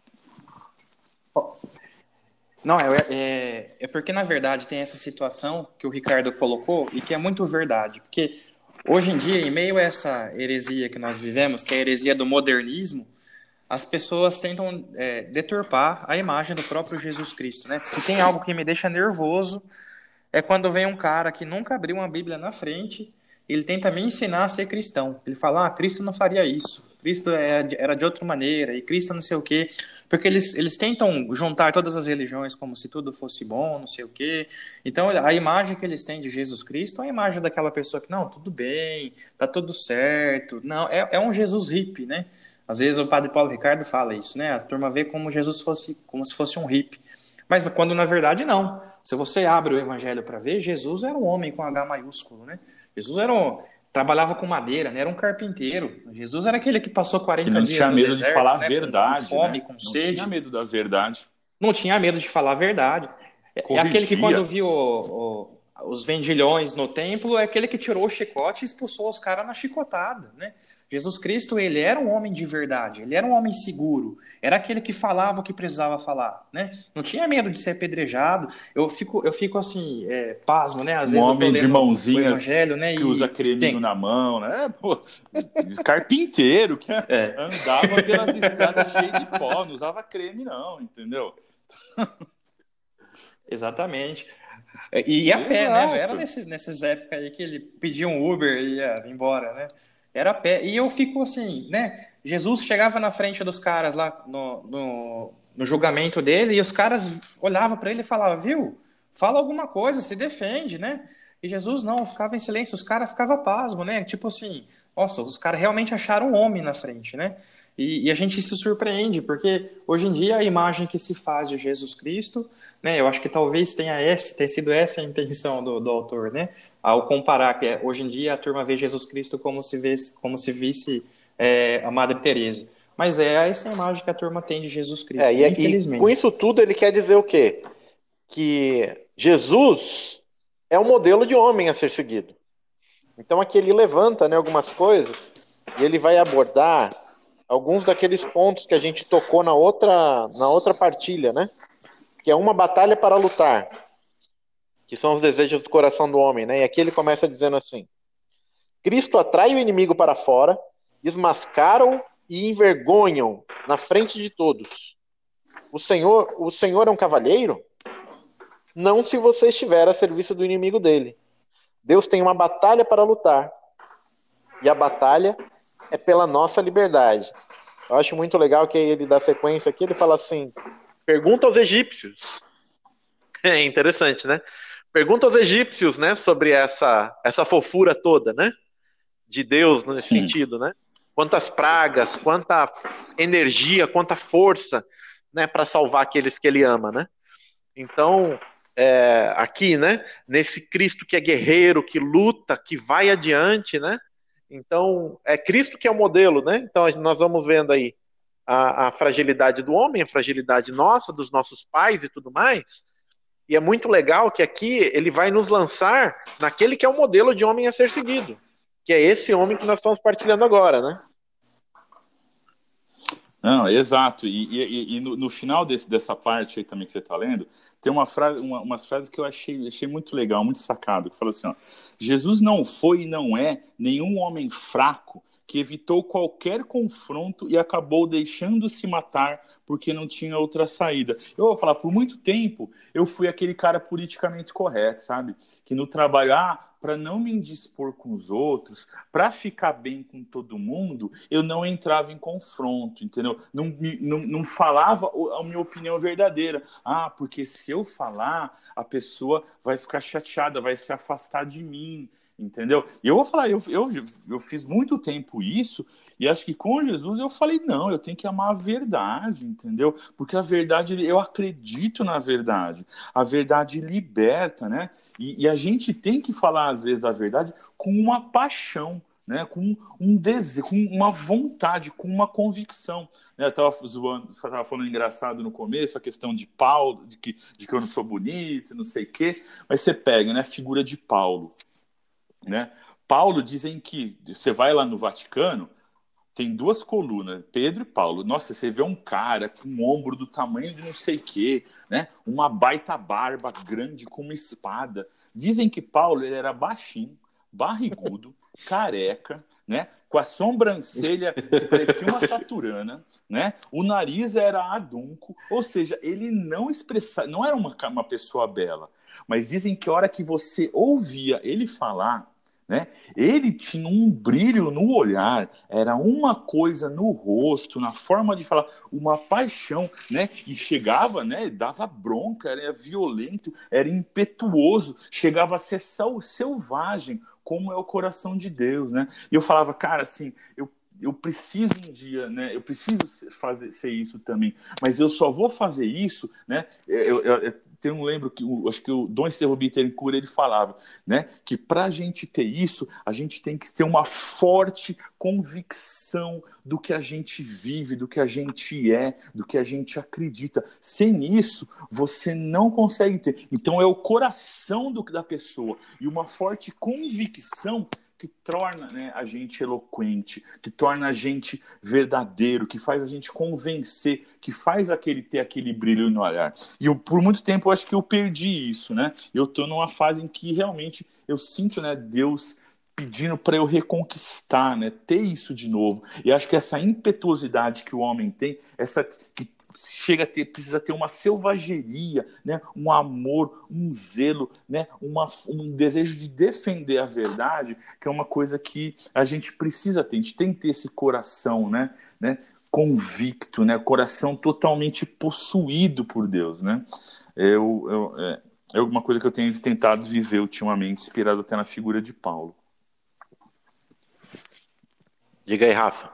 Não, é, é, é porque, na verdade, tem essa situação que o Ricardo colocou e que é muito verdade. Porque, hoje em dia, em meio a essa heresia que nós vivemos, que é a heresia do modernismo, as pessoas tentam é, deturpar a imagem do próprio Jesus Cristo, né? Se tem algo que me deixa nervoso, é quando vem um cara que nunca abriu uma Bíblia na frente ele tenta me ensinar a ser cristão. Ele fala, ah, Cristo não faria isso, Cristo era de outra maneira, e Cristo não sei o quê. Porque eles, eles tentam juntar todas as religiões como se tudo fosse bom, não sei o quê. Então, a imagem que eles têm de Jesus Cristo é a imagem daquela pessoa que, não, tudo bem, tá tudo certo. Não, é, é um Jesus hippie, né? Às vezes o padre Paulo Ricardo fala isso, né? A turma vê como Jesus fosse, como se fosse um hippie. Mas quando, na verdade, não. Se você abre o evangelho para ver, Jesus era um homem com H maiúsculo, né? Jesus era um, trabalhava com madeira, né? Era um carpinteiro. Jesus era aquele que passou quarenta que não dias tinha no medo deserto, de falar a né? verdade, com fome, né? com Não sede. tinha medo da verdade. Não tinha medo de falar a verdade. É Corrigia. aquele que, quando viu o, o, os vendilhões no templo, é aquele que tirou o chicote e expulsou os caras na chicotada, né? Jesus Cristo, ele era um homem de verdade, ele era um homem seguro, era aquele que falava o que precisava falar, né? Não tinha medo de ser apedrejado. Eu fico, eu fico assim, é, pasmo, né? Às Um vezes homem eu tô de lendo o mãozinhas evangelho, né? que E usa creminho tem... na mão, né? Pô, carpinteiro que É. andava pelas estradas cheio de pó, não usava creme não, entendeu? Exatamente. E ia a pé, né? Não era Exato. nesses, nessas épocas aí que ele pedia um Uber e ia embora, né? Era a pé. E eu fico assim, né? Jesus chegava na frente dos caras lá no, no, no julgamento dele e os caras olhavam para ele e falavam, viu? Fala alguma coisa, se defende, né? E Jesus não, ficava em silêncio, os caras ficavam pasmo, né? Tipo assim, nossa, os caras realmente acharam um homem na frente, né? E, e a gente se surpreende, porque hoje em dia a imagem que se faz de Jesus Cristo, né, eu acho que talvez tenha, esse, tenha sido essa a intenção do, do autor, né, ao comparar que é, hoje em dia a turma vê Jesus Cristo como se, visse, como se visse é, a Madre Teresa. Mas é essa a imagem que a turma tem de Jesus Cristo, É, e, infelizmente. E com isso tudo ele quer dizer o quê? Que Jesus é um modelo de homem a ser seguido. Então aqui ele levanta, né, algumas coisas e ele vai abordar alguns daqueles pontos que a gente tocou na outra, na outra partilha, né? Que é uma batalha para lutar, que são os desejos do coração do homem, né? E aqui ele começa dizendo assim: Cristo atrai o inimigo para fora, desmascaram e envergonham na frente de todos. O Senhor, o Senhor é um cavalheiro? Não se você estiver a serviço do inimigo dele. Deus tem uma batalha para lutar. E a batalha é pela nossa liberdade. Eu acho muito legal que ele dá sequência aqui, ele fala assim, pergunta aos egípcios. É interessante, né? Pergunta aos egípcios, né, sobre essa, essa fofura toda, né? De Deus nesse Sim. sentido, né? Quantas pragas, quanta energia, quanta força, né, para salvar aqueles que ele ama, né? Então, é, aqui, né, nesse Cristo que é guerreiro, que luta, que vai adiante, né? Então, é Cristo que é o modelo, né? Então, nós vamos vendo aí a, a fragilidade do homem, a fragilidade nossa, dos nossos pais e tudo mais. E é muito legal que aqui ele vai nos lançar naquele que é o modelo de homem a ser seguido, que é esse homem que nós estamos partilhando agora, né? Não, exato. E, e, e no, no final desse, dessa parte aí também que você está lendo, tem uma frase, uma, umas frases que eu achei, achei muito legal, muito sacado, que fala assim, ó, Jesus não foi e não é nenhum homem fraco que evitou qualquer confronto e acabou deixando-se matar porque não tinha outra saída. Eu vou falar, por muito tempo, eu fui aquele cara politicamente correto, sabe? Que no trabalho, ah, para não me indispor com os outros, para ficar bem com todo mundo, eu não entrava em confronto, entendeu? Não, não, não falava a minha opinião verdadeira. Ah, porque se eu falar, a pessoa vai ficar chateada, vai se afastar de mim, entendeu? E eu vou falar, eu, eu, eu fiz muito tempo isso, e acho que com Jesus eu falei, não, eu tenho que amar a verdade, entendeu? Porque a verdade, eu acredito na verdade. A verdade liberta, né? E, e a gente tem que falar, às vezes, da verdade com uma paixão, né? Com um desejo, com uma vontade, com uma convicção. Eu estava zoando, estava falando engraçado no começo, a questão de Paulo, de que, de que eu não sou bonito, não sei o quê. Mas você pega, né, a figura de Paulo. Né? Paulo, dizem que você vai lá no Vaticano, tem duas colunas, Pedro e Paulo. Nossa, você vê um cara com um ombro do tamanho de não sei o quê, né? Uma baita barba grande com uma espada. Dizem que Paulo ele era baixinho, barrigudo, careca, né? Com a sobrancelha que parecia uma taturana, né? O nariz era adunco, ou seja, ele não expressava, não era uma, uma pessoa bela. Mas dizem que a hora que você ouvia ele falar, né? Ele tinha um brilho no olhar, era uma coisa no rosto, na forma de falar, uma paixão, né? E chegava, né? Dava bronca, era violento, era impetuoso, chegava a ser selvagem, como é o coração de Deus, né? E eu falava, cara, assim, eu eu preciso um dia, né? Eu preciso fazer ser isso também, mas eu só vou fazer isso, né? Eu, eu, eu, eu não lembro que acho que o Dom Estevão Bittencourt ele falava, né? Que para a gente ter isso, a gente tem que ter uma forte convicção do que a gente vive, do que a gente é, do que a gente acredita. Sem isso, você não consegue ter. Então é o coração do, da pessoa e uma forte convicção que torna, né, a gente eloquente, que torna a gente verdadeiro, que faz a gente convencer, que faz aquele ter aquele brilho no olhar. E eu, por muito tempo eu acho que eu perdi isso, né? Eu estou numa fase em que realmente eu sinto, né, Deus pedindo para eu reconquistar, né, ter isso de novo. E acho que essa impetuosidade que o homem tem, essa que chega a ter, precisa ter uma selvageria, né, um amor, um zelo, né, uma, um desejo de defender a verdade, que é uma coisa que a gente precisa ter. A gente tem que ter esse coração, né, né, convicto, né, coração totalmente possuído por Deus, né. Eu, eu, é, é uma coisa que eu tenho tentado viver ultimamente, inspirado até na figura de Paulo. Diga aí, Rafa.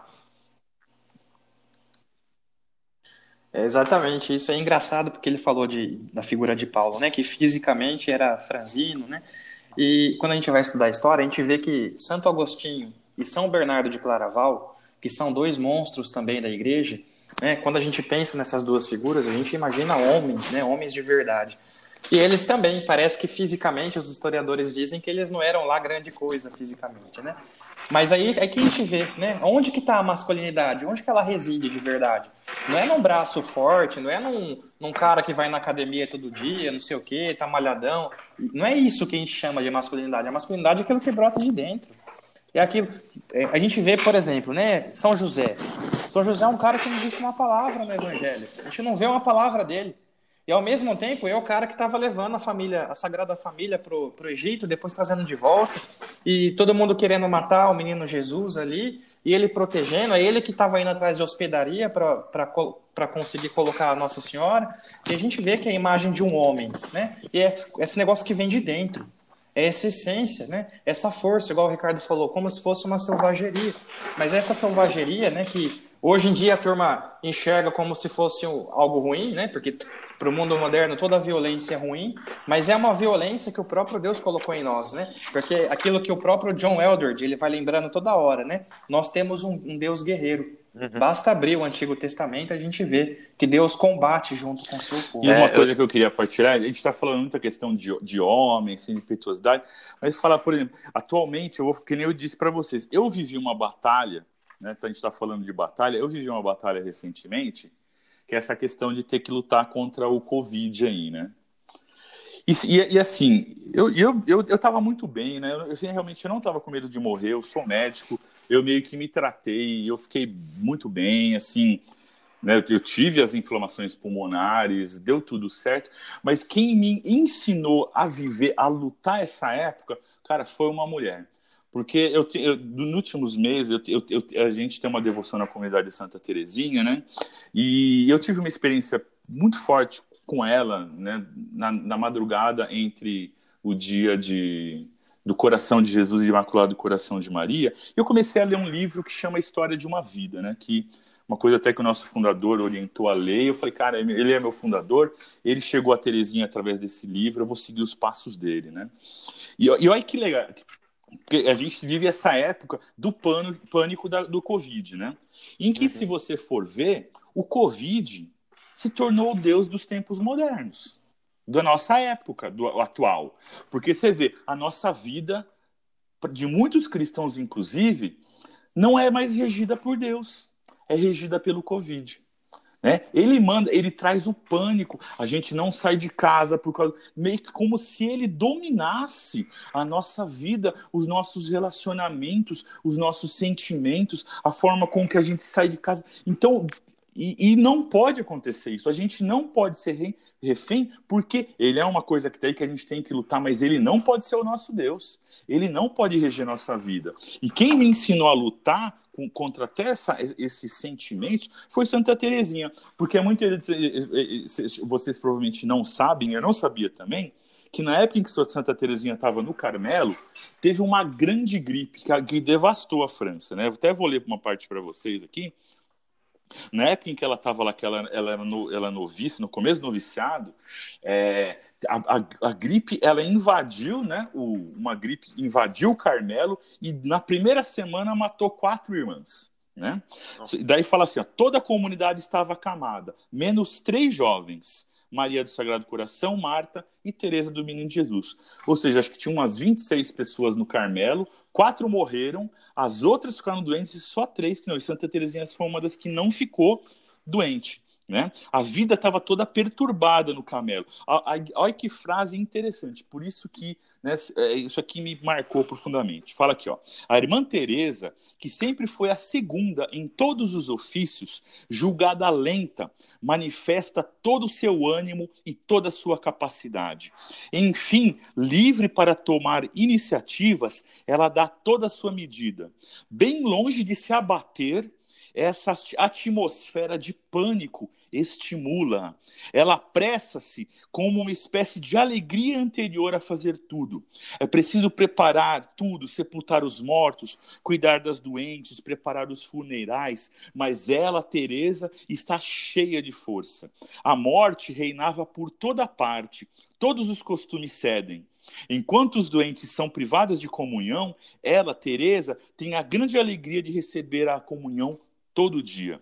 É exatamente, isso é engraçado porque ele falou de, da figura de Paulo, né, que fisicamente era franzino, né, e quando a gente vai estudar a história, a gente vê que Santo Agostinho e São Bernardo de Claraval, que são dois monstros também da igreja, né, quando a gente pensa nessas duas figuras, a gente imagina homens, né, homens de verdade. E eles também, parece que fisicamente, os historiadores dizem que eles não eram lá grande coisa fisicamente, né? Mas aí é que a gente vê, né? Onde que está a masculinidade? Onde que ela reside de verdade? Não é num braço forte, não é num, num cara que vai na academia todo dia, não sei o quê, tá malhadão. Não é isso que a gente chama de masculinidade. A masculinidade é aquilo que brota de dentro. É aquilo. É, a gente vê, por exemplo, né? São José. São José é um cara que não disse uma palavra no Evangelho. A gente não vê uma palavra dele. E ao mesmo tempo é o cara que estava levando a família, a Sagrada Família pro, pro Egito, depois trazendo de volta, e todo mundo querendo matar o menino Jesus ali, e ele protegendo, é ele que estava indo atrás de hospedaria para conseguir colocar a Nossa Senhora, e a gente vê que é a imagem de um homem, né? E é esse negócio que vem de dentro, é essa essência, né? Essa força, igual o Ricardo falou, como se fosse uma selvageria, mas essa selvageria, né, que hoje em dia a turma enxerga como se fosse algo ruim, né? Porque para o mundo moderno toda a violência é ruim, mas é uma violência que o próprio Deus colocou em nós, né? Porque aquilo que o próprio John Eldredge, ele vai lembrando toda hora, né? Nós temos um, um Deus guerreiro. Uhum. Basta abrir o Antigo Testamento, a gente vê que Deus combate junto com o seu povo. E uma é, coisa eu... que eu queria partilhar, a gente está falando muita questão de, de homens, de impetuosidade, mas falar, por exemplo, atualmente, eu vou, que nem eu disse para vocês, eu vivi uma batalha, né? A gente está falando de batalha, eu vivi uma batalha recentemente, que é essa questão de ter que lutar contra o Covid aí, né? E, e, e assim, eu, eu, eu, eu tava muito bem, né? Eu, eu realmente eu não tava com medo de morrer, eu sou médico, eu meio que me tratei, eu fiquei muito bem, assim, né? Eu, eu tive as inflamações pulmonares, deu tudo certo, mas quem me ensinou a viver, a lutar essa época, cara, foi uma mulher. Porque eu, eu, nos últimos meses, eu, eu, eu, a gente tem uma devoção na comunidade de Santa Terezinha, né? E eu tive uma experiência muito forte com ela, né? Na, na madrugada entre o dia de, do Coração de Jesus e Imaculado Coração de Maria. Eu comecei a ler um livro que chama História de uma Vida, né? Que uma coisa até que o nosso fundador orientou a ler. Eu falei, cara, ele é meu fundador, ele chegou a Terezinha através desse livro, eu vou seguir os passos dele, né? E, e olha que legal... Porque a gente vive essa época do pânico da, do Covid, né? Em que, uhum. se você for ver, o Covid se tornou o Deus dos tempos modernos, da nossa época, do atual. Porque você vê, a nossa vida, de muitos cristãos inclusive, não é mais regida por Deus, é regida pelo Covid. Né? Ele manda, ele traz o pânico, a gente não sai de casa por causa, meio que como se ele dominasse a nossa vida, os nossos relacionamentos, os nossos sentimentos, a forma com que a gente sai de casa. Então, E, e não pode acontecer isso. A gente não pode ser re, refém, porque ele é uma coisa que, tem, que a gente tem que lutar, mas ele não pode ser o nosso Deus. Ele não pode reger nossa vida. E quem me ensinou a lutar com, contra até essa, esses sentimentos foi Santa Teresinha. Porque muitas vezes, vocês provavelmente não sabem, eu não sabia também, que na época em que Santa Teresinha estava no Carmelo, teve uma grande gripe que, que devastou a França, né? Eu até vou ler uma parte para vocês aqui. Na época em que ela estava lá, que ela, ela era no, ela novice, no começo do noviciado, é, a, a, a gripe, ela invadiu, né? O, uma gripe invadiu o Carmelo e na primeira semana matou quatro irmãs, né? Nossa. Daí fala assim, ó, toda a comunidade estava acamada, menos três jovens, Maria do Sagrado Coração, Marta e Teresa do Menino Jesus. Ou seja, acho que tinha umas vinte e seis pessoas no Carmelo, quatro morreram, as outras ficaram doentes e só três que não. E Santa Teresinha foi uma das que não ficou doente, né? A vida estava toda perturbada no Carmelo. Olha que frase interessante, por isso que, né, isso aqui me marcou profundamente. Fala aqui, ó. A irmã Teresa, que sempre foi a segunda em todos os ofícios, julgada lenta, manifesta todo o seu ânimo e toda a sua capacidade. Enfim, livre para tomar iniciativas, ela dá toda a sua medida. Bem longe de se abater, essa atmosfera de pânico estimula. Ela apressa-se como uma espécie de alegria anterior a fazer tudo. É preciso preparar tudo, sepultar os mortos, cuidar das doentes, preparar os funerais, mas ela, Teresa, está cheia de força. A morte reinava por toda parte, todos os costumes cedem. Enquanto os doentes são privadas de comunhão, ela, Teresa, tem a grande alegria de receber a comunhão todo dia.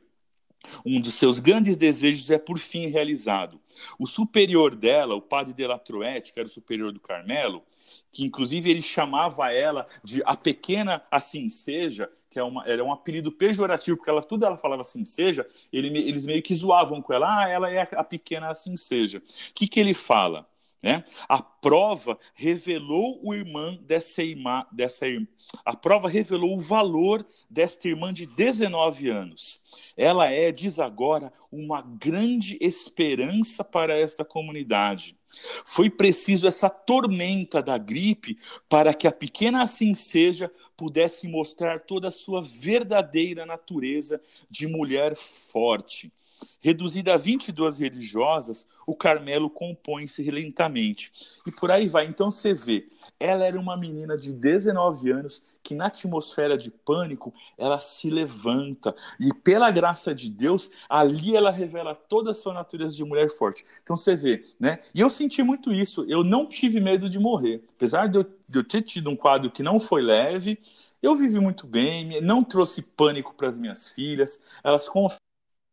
Um dos seus grandes desejos é por fim realizado. O superior dela, o padre de la Troette, que era o superior do Carmelo, que inclusive ele chamava ela de a pequena assim seja, que é uma, era um apelido pejorativo, porque ela, tudo ela falava assim seja, ele, eles meio que zoavam com ela, ah, ela é a pequena assim seja. O que, que ele fala? Né? A prova revelou o irmã dessa irmã, dessa irmã. A prova revelou o valor desta irmã de dezenove anos. Ela é, diz agora, uma grande esperança para esta comunidade. Foi preciso essa tormenta da gripe para que a pequena assim seja pudesse mostrar toda a sua verdadeira natureza de mulher forte. Reduzida a vinte e duas religiosas, o Carmelo compõe-se lentamente. E por aí vai. Então você vê, ela era uma menina de dezenove anos que na atmosfera de pânico, ela se levanta. E pela graça de Deus, ali ela revela toda a sua natureza de mulher forte. Então você vê, né? E eu senti muito isso. Eu não tive medo de morrer. Apesar de eu, de eu ter tido um quadro que não foi leve, eu vivi muito bem, não trouxe pânico para as minhas filhas. Elas confiaram.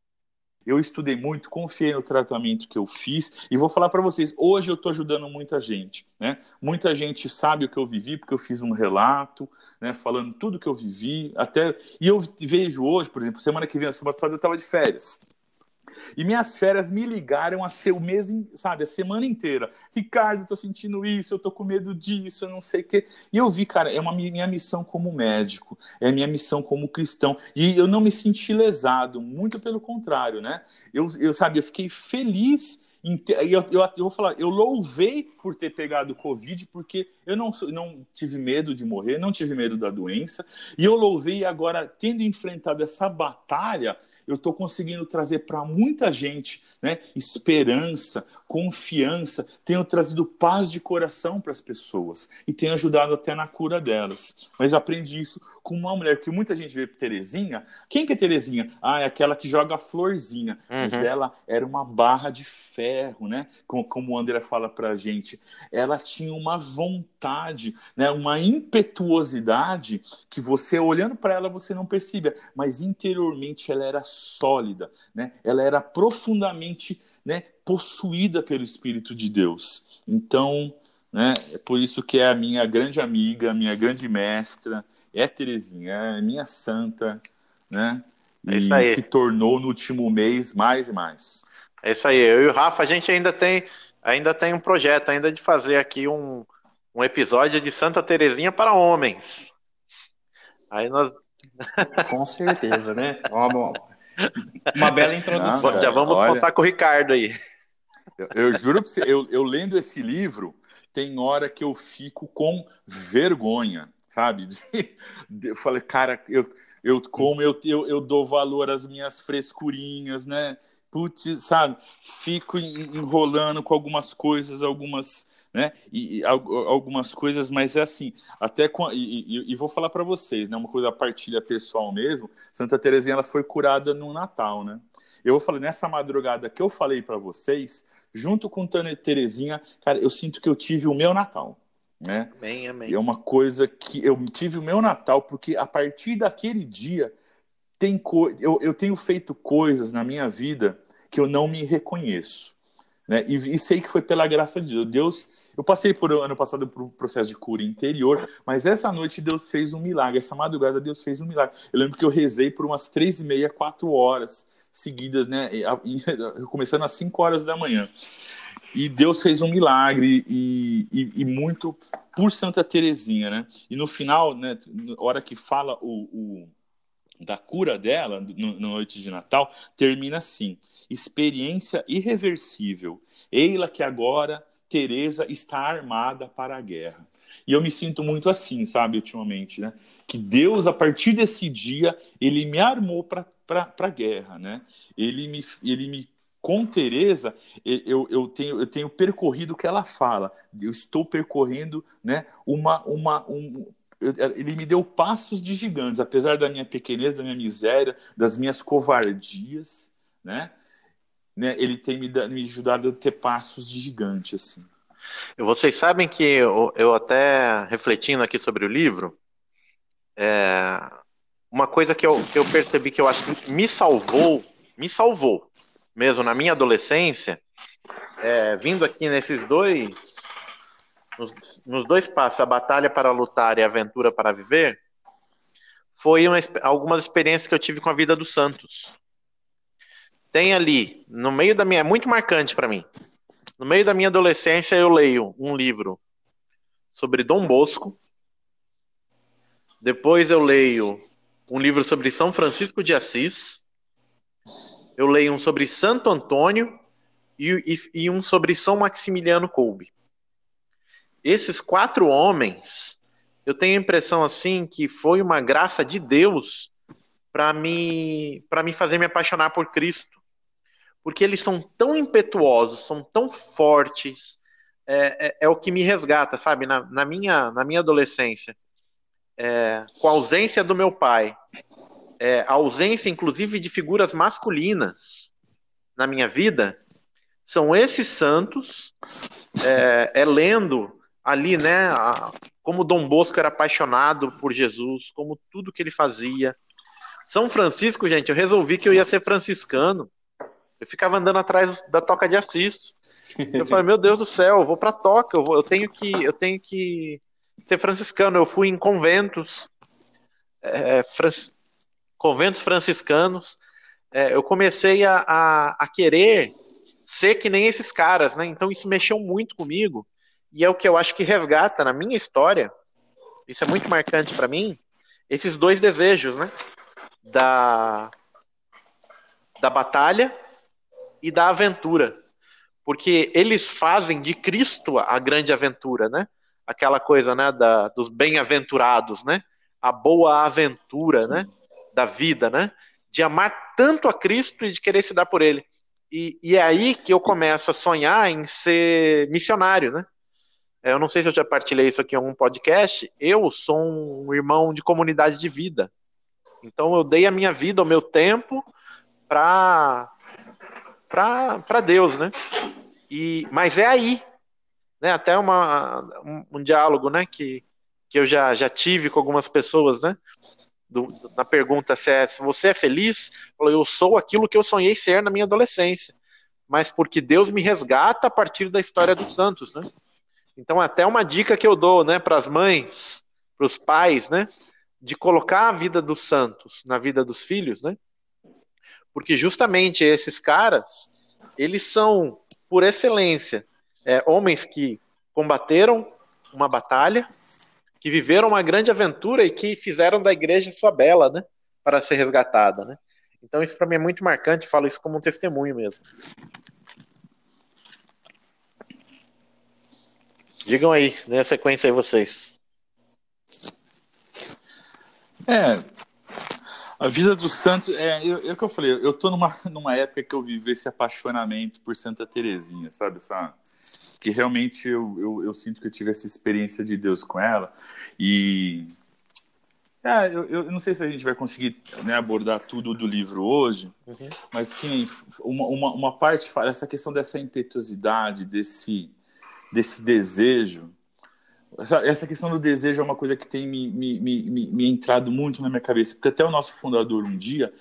Eu estudei muito, confiei no tratamento que eu fiz e vou falar para vocês, hoje eu estou ajudando muita gente, né? Muita gente sabe o que eu vivi, porque eu fiz um relato, né, falando tudo que eu vivi, até... E eu vejo hoje, por exemplo, semana que vem, semana passada eu estava de férias. E minhas férias me ligaram a ser o mês, sabe, a semana inteira. Ricardo, eu tô sentindo isso, eu tô com medo disso, eu não sei o quê. E eu vi, cara, é uma minha missão como médico, é a minha missão como cristão. E eu não me senti lesado, muito pelo contrário, né? Eu, eu sabe, eu fiquei feliz. Eu, eu, eu vou falar, eu louvei por ter pegado Covid, porque eu não, não tive medo de morrer, não tive medo da doença. E eu louvei agora, tendo enfrentado essa batalha, eu estou conseguindo trazer para muita gente, né, esperança, confiança, tenho trazido paz de coração para as pessoas e tenho ajudado até na cura delas. Mas aprendi isso com uma mulher, que muita gente vê Terezinha. Quem que é Terezinha? Ah, é aquela que joga florzinha. Uhum. Mas ela era uma barra de ferro, né? Como, como o André fala para a gente. Ela tinha uma vontade, né, uma impetuosidade que você, olhando para ela, você não percebia. Mas interiormente ela era sólida, né? Ela era profundamente, né, possuída pelo Espírito de Deus. Então, né, é por isso que é a minha grande amiga, a minha grande mestra, é Terezinha, é minha santa, né? E é isso aí. Se tornou no último mês mais e mais. É isso aí. Eu e o Rafa, a gente ainda tem, ainda tem um projeto ainda de fazer aqui um, um episódio de Santa Terezinha para homens. Aí nós... Com certeza, né? Vamos, Uma bela introdução. Ah, Já vamos olha, contar com o Ricardo aí. eu, eu juro pra você, eu, eu lendo esse livro, tem hora que eu fico com vergonha, sabe? De, de, eu falei, cara, eu, eu como eu, eu, eu dou valor às minhas frescurinhas, né? Putz, sabe? Fico enrolando com algumas coisas, algumas, né? E, e algumas coisas, mas é assim, até com, e, e, e vou falar para vocês, né? Uma coisa, a partilha pessoal mesmo. Santa Terezinha, ela foi curada no Natal, né? Eu falei, nessa madrugada que eu falei para vocês, junto com Santa Terezinha, cara, eu sinto que eu tive o meu Natal, né? Amém, amém. É uma coisa que eu tive o meu Natal, porque a partir daquele dia tem co... eu, eu tenho feito coisas na minha vida que eu não me reconheço, né? E, e sei que foi pela graça de Deus. Deus, eu passei por ano passado por um processo de cura interior, mas essa noite Deus fez um milagre, essa madrugada Deus fez um milagre. Eu lembro que eu rezei por umas três e meia, quatro horas seguidas, né? Começando às cinco horas da manhã. E Deus fez um milagre e, e, e muito por Santa Terezinha, né? E no final, né, na hora que fala o, o da cura dela, no, na noite de Natal, termina assim: experiência irreversível, eila que agora Teresa está armada para a guerra. E eu me sinto muito assim, sabe, ultimamente, né? Que Deus, a partir desse dia, ele me armou para a guerra, né? Ele me, ele me com Teresa, eu, eu, tenho, eu tenho percorrido o que ela fala. Eu estou percorrendo, né, uma... uma um, ele me deu passos de gigantes, apesar da minha pequenez, da minha miséria, das minhas covardias, né? né? Ele tem me, me ajudado a ter passos de gigante, assim. Vocês sabem que eu, eu até refletindo aqui sobre o livro, é, uma coisa que eu, que eu percebi que eu acho que me salvou, me salvou, mesmo na minha adolescência, é, vindo aqui nesses dois... Nos, nos dois passos, a batalha para lutar e a aventura para viver, foi uma, algumas experiências que eu tive com a vida dos santos. Tem ali, no meio da minha... É muito marcante para mim. No meio da minha adolescência, eu leio um livro sobre Dom Bosco. Depois eu leio um livro sobre São Francisco de Assis. Eu leio um sobre Santo Antônio e, e, e um sobre São Maximiliano Kolbe. Esses quatro homens, eu tenho a impressão assim que foi uma graça de Deus para me, para me fazer me apaixonar por Cristo. Porque eles são tão impetuosos, são tão fortes, é, é, é o que me resgata, sabe? Na, na, minha, na minha adolescência, é, com a ausência do meu pai, é, a ausência inclusive de figuras masculinas na minha vida, são esses santos, é, é lendo... ali, né, como Dom Bosco era apaixonado por Jesus, como tudo que ele fazia. São Francisco, gente, eu resolvi que eu ia ser franciscano. Eu ficava andando atrás da Toca de Assis. Eu falei, meu Deus do céu, eu vou pra Toca, eu, vou, eu, tenho, que, eu tenho que ser franciscano. Eu fui em conventos, é, fran... conventos franciscanos. É, eu comecei a, a, a querer ser que nem esses caras, né? Então isso mexeu muito comigo. E é o que eu acho que resgata na minha história, isso é muito marcante para mim, esses dois desejos, né? Da, da batalha e da aventura. Porque eles fazem de Cristo a grande aventura, né? Aquela coisa, né, da, dos bem-aventurados, né? A boa aventura, né? Da vida, né? De amar tanto a Cristo e de querer se dar por ele. E, e é aí que eu começo a sonhar em ser missionário, né? Eu não sei se eu já partilhei isso aqui em algum podcast. Eu sou um irmão de comunidade de vida. Então eu dei a minha vida, o meu tempo para para Deus, né? E, mas é aí, né? Até uma, um, um diálogo, né? Que, que eu já, já tive com algumas pessoas, né? Do, na pergunta se, é, se você é feliz, eu, falo, eu sou aquilo que eu sonhei ser na minha adolescência. Mas porque Deus me resgata a partir da história dos santos, né? Então, até uma dica que eu dou, né, para as mães, para os pais, né, de colocar a vida dos santos na vida dos filhos, né? Porque justamente esses caras, eles são, por excelência, é, homens que combateram uma batalha, que viveram uma grande aventura e que fizeram da igreja sua bela, né, para ser resgatada, né? Então isso para mim é muito marcante, falo isso como um testemunho mesmo. Digam aí, né, sequência aí vocês. É, a vida do santo, é, eu, é o que eu falei, eu tô numa, numa época que eu vivi esse apaixonamento por Santa Terezinha, sabe, essa, que realmente eu, eu, eu sinto que eu tive essa experiência de Deus com ela, e é, eu, eu não sei se a gente vai conseguir, né, abordar tudo do livro hoje, uhum. mas que uma, uma, uma parte fala, essa questão dessa impetuosidade, desse, desse desejo. Essa questão do desejo é uma coisa que tem me, me, me, me entrado muito na minha cabeça, porque até o nosso fundador um dia,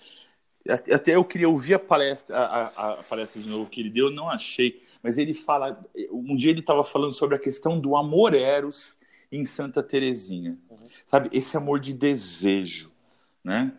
até eu queria ouvir a palestra, a, a, a palestra de novo que ele deu, eu não achei, mas ele fala, um dia ele estava falando sobre a questão do amor eros em Santa Terezinha, uhum. sabe, esse amor de desejo, né,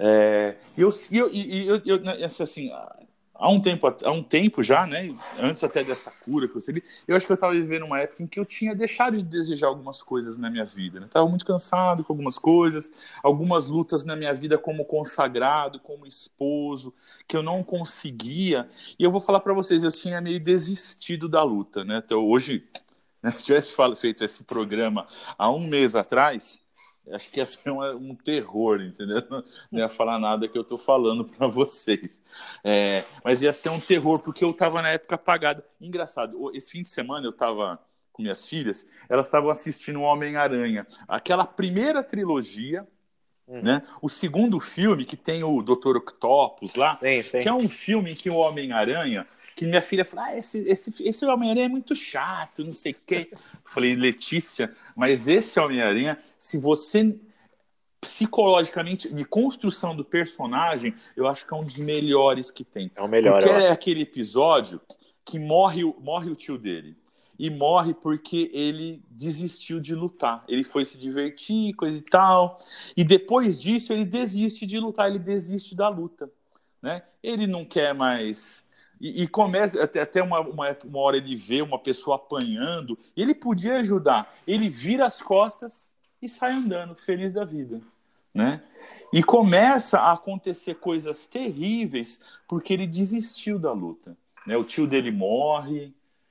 é, e eu, eu, eu, eu, eu assim, há um tempo, há um tempo já, né, antes até dessa cura que eu recebi, eu acho que eu estava vivendo uma época em que eu tinha deixado de desejar algumas coisas na minha vida, né? Estava muito cansado com algumas coisas, algumas lutas na minha vida como consagrado, como esposo, que eu não conseguia, e eu vou falar para vocês, eu tinha meio desistido da luta, né, então hoje, né, se tivesse feito esse programa há um mês atrás, acho que ia ser um, um terror, entendeu? Não, não ia falar nada que eu tô falando para vocês. É, mas ia ser um terror, porque eu tava na época apagado. Engraçado, esse fim de semana eu tava com minhas filhas, elas estavam assistindo o Homem-Aranha. Aquela primeira trilogia, uhum. né? O segundo filme, que tem o doutor Octopus lá, sim, sim. que é um filme em que o Homem-Aranha, que minha filha falou, ah, esse, esse, esse Homem-Aranha é muito chato, não sei o quê. Eu falei, Letícia, mas esse Homem-Aranha, se você, psicologicamente, de construção do personagem, eu acho que é um dos melhores que tem. É o melhor. Porque é aquele episódio que morre, morre o tio dele. E morre porque ele desistiu de lutar. Ele foi se divertir, coisa e tal. E depois disso, ele desiste de lutar, ele desiste da luta, né? Ele não quer mais... E, e começa, até, até uma, uma, uma hora ele vê uma pessoa apanhando, ele podia ajudar, ele vira as costas e sai andando, feliz da vida, né? E começa a acontecer coisas terríveis porque ele desistiu da luta, né? O tio dele morre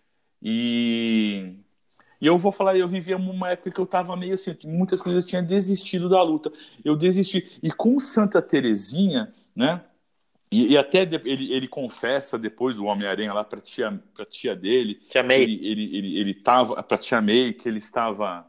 e... E eu vou falar, eu vivia uma época que eu tava meio assim, muitas coisas eu tinha desistido da luta, eu desisti, e com Santa Terezinha, né? E, e até de, ele, ele confessa depois, o Homem-Aranha lá para tia, pra tia dele, tia May. Ele, ele, ele, ele tava, para tia May, que ele estava,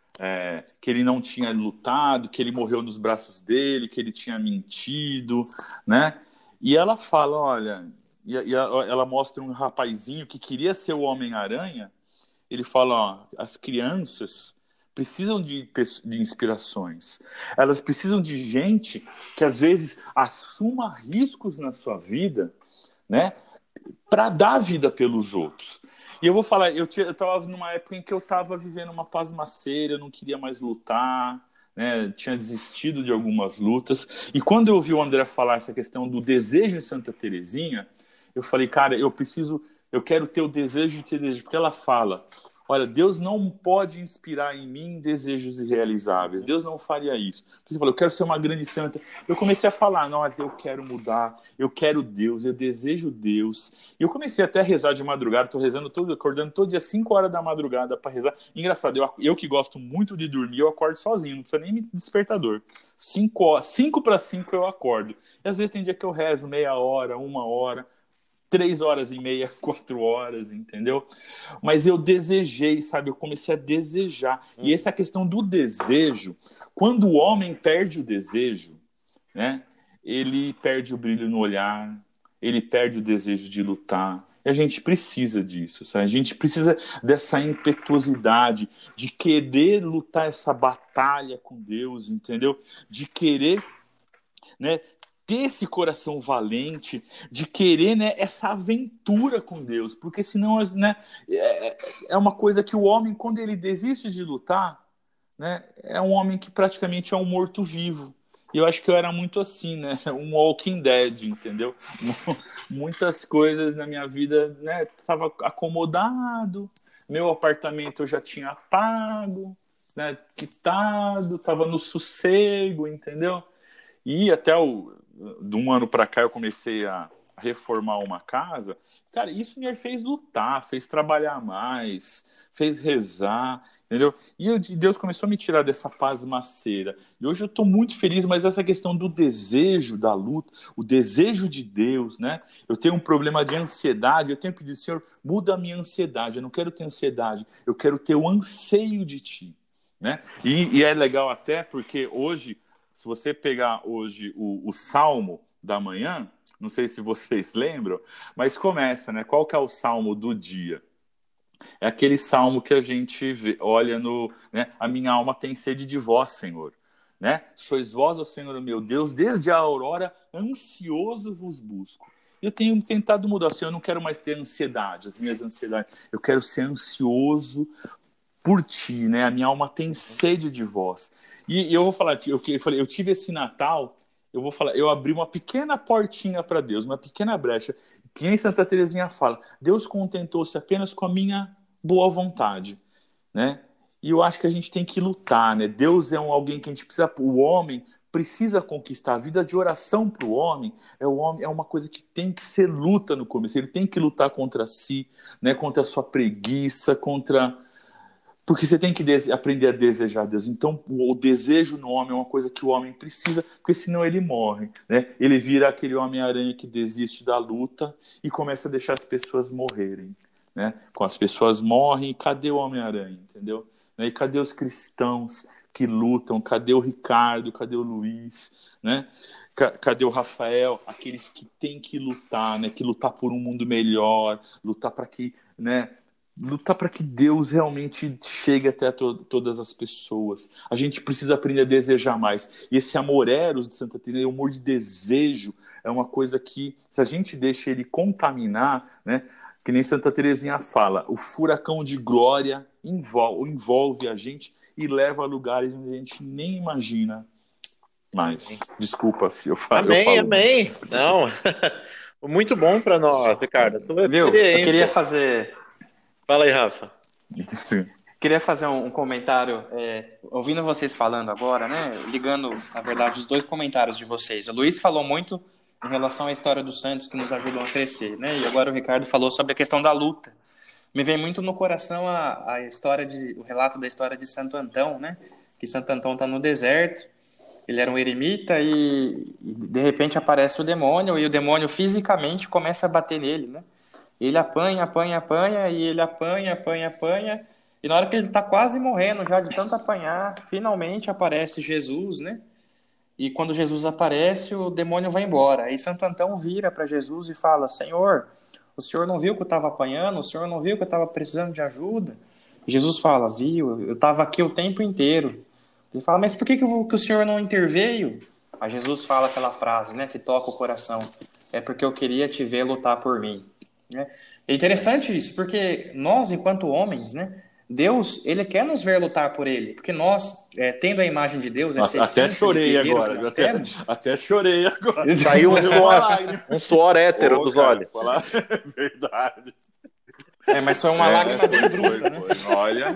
é, que ele não tinha lutado, que ele morreu nos braços dele, que ele tinha mentido, né? E ela fala, olha, e, e ela mostra um rapazinho que queria ser o Homem-Aranha, ele fala, ó, as crianças precisam de, de inspirações. Elas precisam de gente que, às vezes, assuma riscos na sua vida, né, para dar vida pelos outros. E eu vou falar, eu estava numa época em que eu estava vivendo uma pasmaceira, eu não queria mais lutar, né, tinha desistido de algumas lutas. E quando eu ouvi o André falar essa questão do desejo em Santa Terezinha, eu falei, cara, eu preciso, eu quero ter o desejo de ter desejo, porque ela fala... Olha, Deus não pode inspirar em mim desejos irrealizáveis. Deus não faria isso. Você falou, eu quero ser uma grande santa. Eu comecei a falar, não, eu quero mudar, eu quero Deus, eu desejo Deus. E eu comecei até a rezar de madrugada, estou rezando todo, acordando todo dia, cinco horas da madrugada para rezar. Engraçado, eu, eu que gosto muito de dormir, eu acordo sozinho, não precisa nem de despertador. Cinco, cinco para cinco eu acordo. E às vezes tem dia que eu rezo meia hora, uma hora, três horas e meia, quatro horas, entendeu? Mas eu desejei, sabe? Eu comecei a desejar. Hum. E essa questão do desejo, quando o homem perde o desejo, né? Ele perde o brilho no olhar, ele perde o desejo de lutar. E a gente precisa disso, sabe? A gente precisa dessa impetuosidade, de querer lutar essa batalha com Deus, entendeu? De querer, né, ter esse coração valente, de querer, né, essa aventura com Deus, porque senão, né, é, é uma coisa que o homem, quando ele desiste de lutar, né, é um homem que praticamente é um morto-vivo. E eu acho que eu era muito assim, né, um Walking Dead, entendeu? Muitas coisas na minha vida, né, estava acomodado, meu apartamento eu já tinha pago, né, quitado, estava no sossego, entendeu? E até o, de um ano para cá eu comecei a reformar uma casa. Cara, isso me fez lutar, fez trabalhar mais, fez rezar, entendeu? E Deus começou a me tirar dessa pasmaceira. E hoje eu estou muito feliz, mas essa questão do desejo da luta, o desejo de Deus, né? Eu tenho um problema de ansiedade, eu tenho que pedir, Senhor, muda a minha ansiedade. Eu não quero ter ansiedade, eu quero ter o anseio de Ti, né? E, e é legal até porque hoje, se você pegar hoje o, o Salmo da manhã, não sei se vocês lembram, mas começa, né? Qual que é o salmo do dia? É aquele salmo que a gente vê, olha no... Né? A minha alma tem sede de vós, Senhor. Né? Sois vós, ó Senhor, meu Deus, desde a aurora, ansioso vos busco. Eu tenho tentado mudar, Senhor, eu não quero mais ter ansiedade, as minhas ansiedades. Eu quero ser ansioso por Ti, né? A minha alma tem sede de vós. E, e eu vou falar, eu, eu falei, eu tive esse Natal... Eu vou falar, eu abri uma pequena portinha para Deus, uma pequena brecha. Que nem Santa Teresinha fala, Deus contentou-se apenas com a minha boa vontade, né? E eu acho que a gente tem que lutar, né? Deus é um, alguém que a gente precisa, o homem precisa conquistar. A vida de oração para o homem é, o homem é uma coisa que tem que ser luta no começo. Ele tem que lutar contra si, né? Contra a sua preguiça, contra... Porque você tem que dese- aprender a desejar Deus. Então, o, o desejo no homem é uma coisa que o homem precisa, porque senão ele morre, né? Ele vira aquele Homem-Aranha que desiste da luta e começa a deixar as pessoas morrerem, né? Quando as pessoas morrem, cadê o Homem-Aranha, entendeu? E cadê os cristãos que lutam? Cadê o Ricardo? Cadê o Luiz? Né? Cadê o Rafael? Aqueles que têm que lutar, né? Que lutar por um mundo melhor, lutar para que... né? Lutar para que Deus realmente chegue até to- todas as pessoas. A gente precisa aprender a desejar mais. E esse amor eros de Santa Teresa, o amor de desejo, é uma coisa que, se a gente deixa ele contaminar, né, que nem Santa Teresinha fala, o furacão de glória envolve, envolve a gente e leva a lugares onde a gente nem imagina. Mas, desculpa se eu falo. Amém, eu falo amém. muito. Não, muito bom para nós, Ricardo. Tua Viu? Eu experiência. queria fazer... Fala aí, Rafa. Sim. Queria fazer um, um comentário, é, ouvindo vocês falando agora, né? Ligando, na verdade, os dois comentários de vocês. O Luiz falou muito em relação à história dos santos que nos ajudam a crescer, né? E agora o Ricardo falou sobre a questão da luta. Me vem muito no coração a, a história de, o relato da história de Santo Antão, né? Que Santo Antão está no deserto, ele era um eremita e, e de repente aparece o demônio e o demônio fisicamente começa a bater nele, né? Ele apanha, apanha, apanha, e ele apanha, apanha, apanha, e na hora que ele está quase morrendo já de tanto apanhar, finalmente aparece Jesus, né? E quando Jesus aparece, o demônio vai embora. Aí Santo Antão vira para Jesus e fala, Senhor, o senhor não viu que eu estava apanhando? O senhor não viu que eu estava precisando de ajuda? E Jesus fala, viu, eu estava aqui o tempo inteiro. Ele fala, mas por que, que, o, que o senhor não interveio? Aí Jesus fala aquela frase, né, que toca o coração, é porque eu queria te ver lutar por mim. É interessante isso, porque nós, enquanto homens, né, Deus, ele quer nos ver lutar por ele, porque nós, é, tendo a imagem de Deus, essa até chorei agora, nós até, temos, até chorei agora. Saiu um suor, um suor hétero Ô, dos cara, olhos. falar... Verdade. É, mas foi uma É, lágrima bem foi, bruta, foi, né? foi. Olha,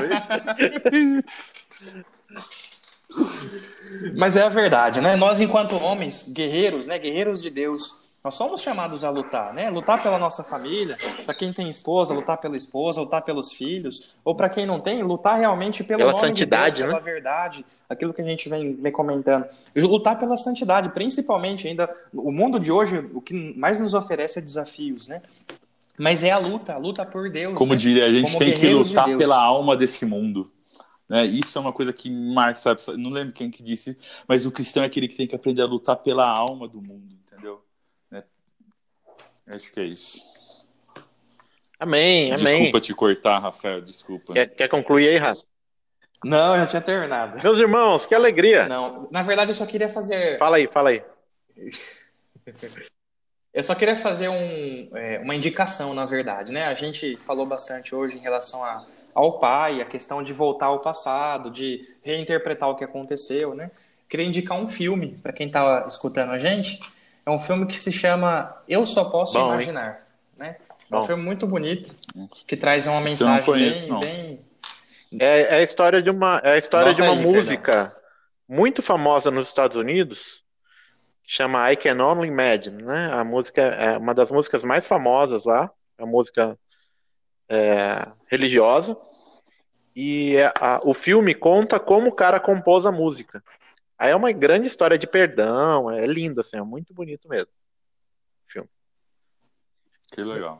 foi. Mas é a verdade, né? Nós, enquanto homens, guerreiros, né? Guerreiros de Deus, nós somos chamados a lutar, né? Lutar pela nossa família, para quem tem esposa, lutar pela esposa, lutar pelos filhos, ou para quem não tem, lutar realmente pelo Pela nome santidade, de Deus, pela né? verdade, aquilo que a gente vem, vem comentando. Lutar pela santidade, principalmente ainda, o mundo de hoje, o que mais nos oferece é desafios, né? Mas é a luta, a luta por Deus. Como né? diria, a gente Como tem que guerreiros de lutar Deus. pela alma desse mundo. Né? Isso é uma coisa que Marx, sabe, não lembro quem que disse isso, mas o cristão é aquele que tem que aprender a lutar pela alma do mundo, entendeu? Né? Acho que é isso. Amém, amém. Desculpa te cortar, Rafael, desculpa. Quer, quer concluir aí, Rafa? Não, eu já tinha terminado. Meus irmãos, que alegria. Não, na verdade eu só queria fazer... Fala aí, fala aí. Eu só queria fazer um, é, uma indicação, na verdade, né? A gente falou bastante hoje em relação a, ao pai, a questão de voltar ao passado, de reinterpretar o que aconteceu, né? Queria indicar um filme para quem está escutando a gente. É um filme que se chama Eu Só Posso Bom, Imaginar, né? É Bom. um filme muito bonito, que traz uma Isso eu não mensagem conheço, bem, não. bem... É, é a história de uma, é a história Nota de uma aí, música muito famosa nos Estados Unidos, que chama I Can Only Imagine, né? A música é uma das músicas mais famosas lá, a música é, religiosa, e é, a, o filme conta como o cara compôs a música. Aí é uma grande história de perdão, é lindo, assim, é muito bonito mesmo o filme. Que legal.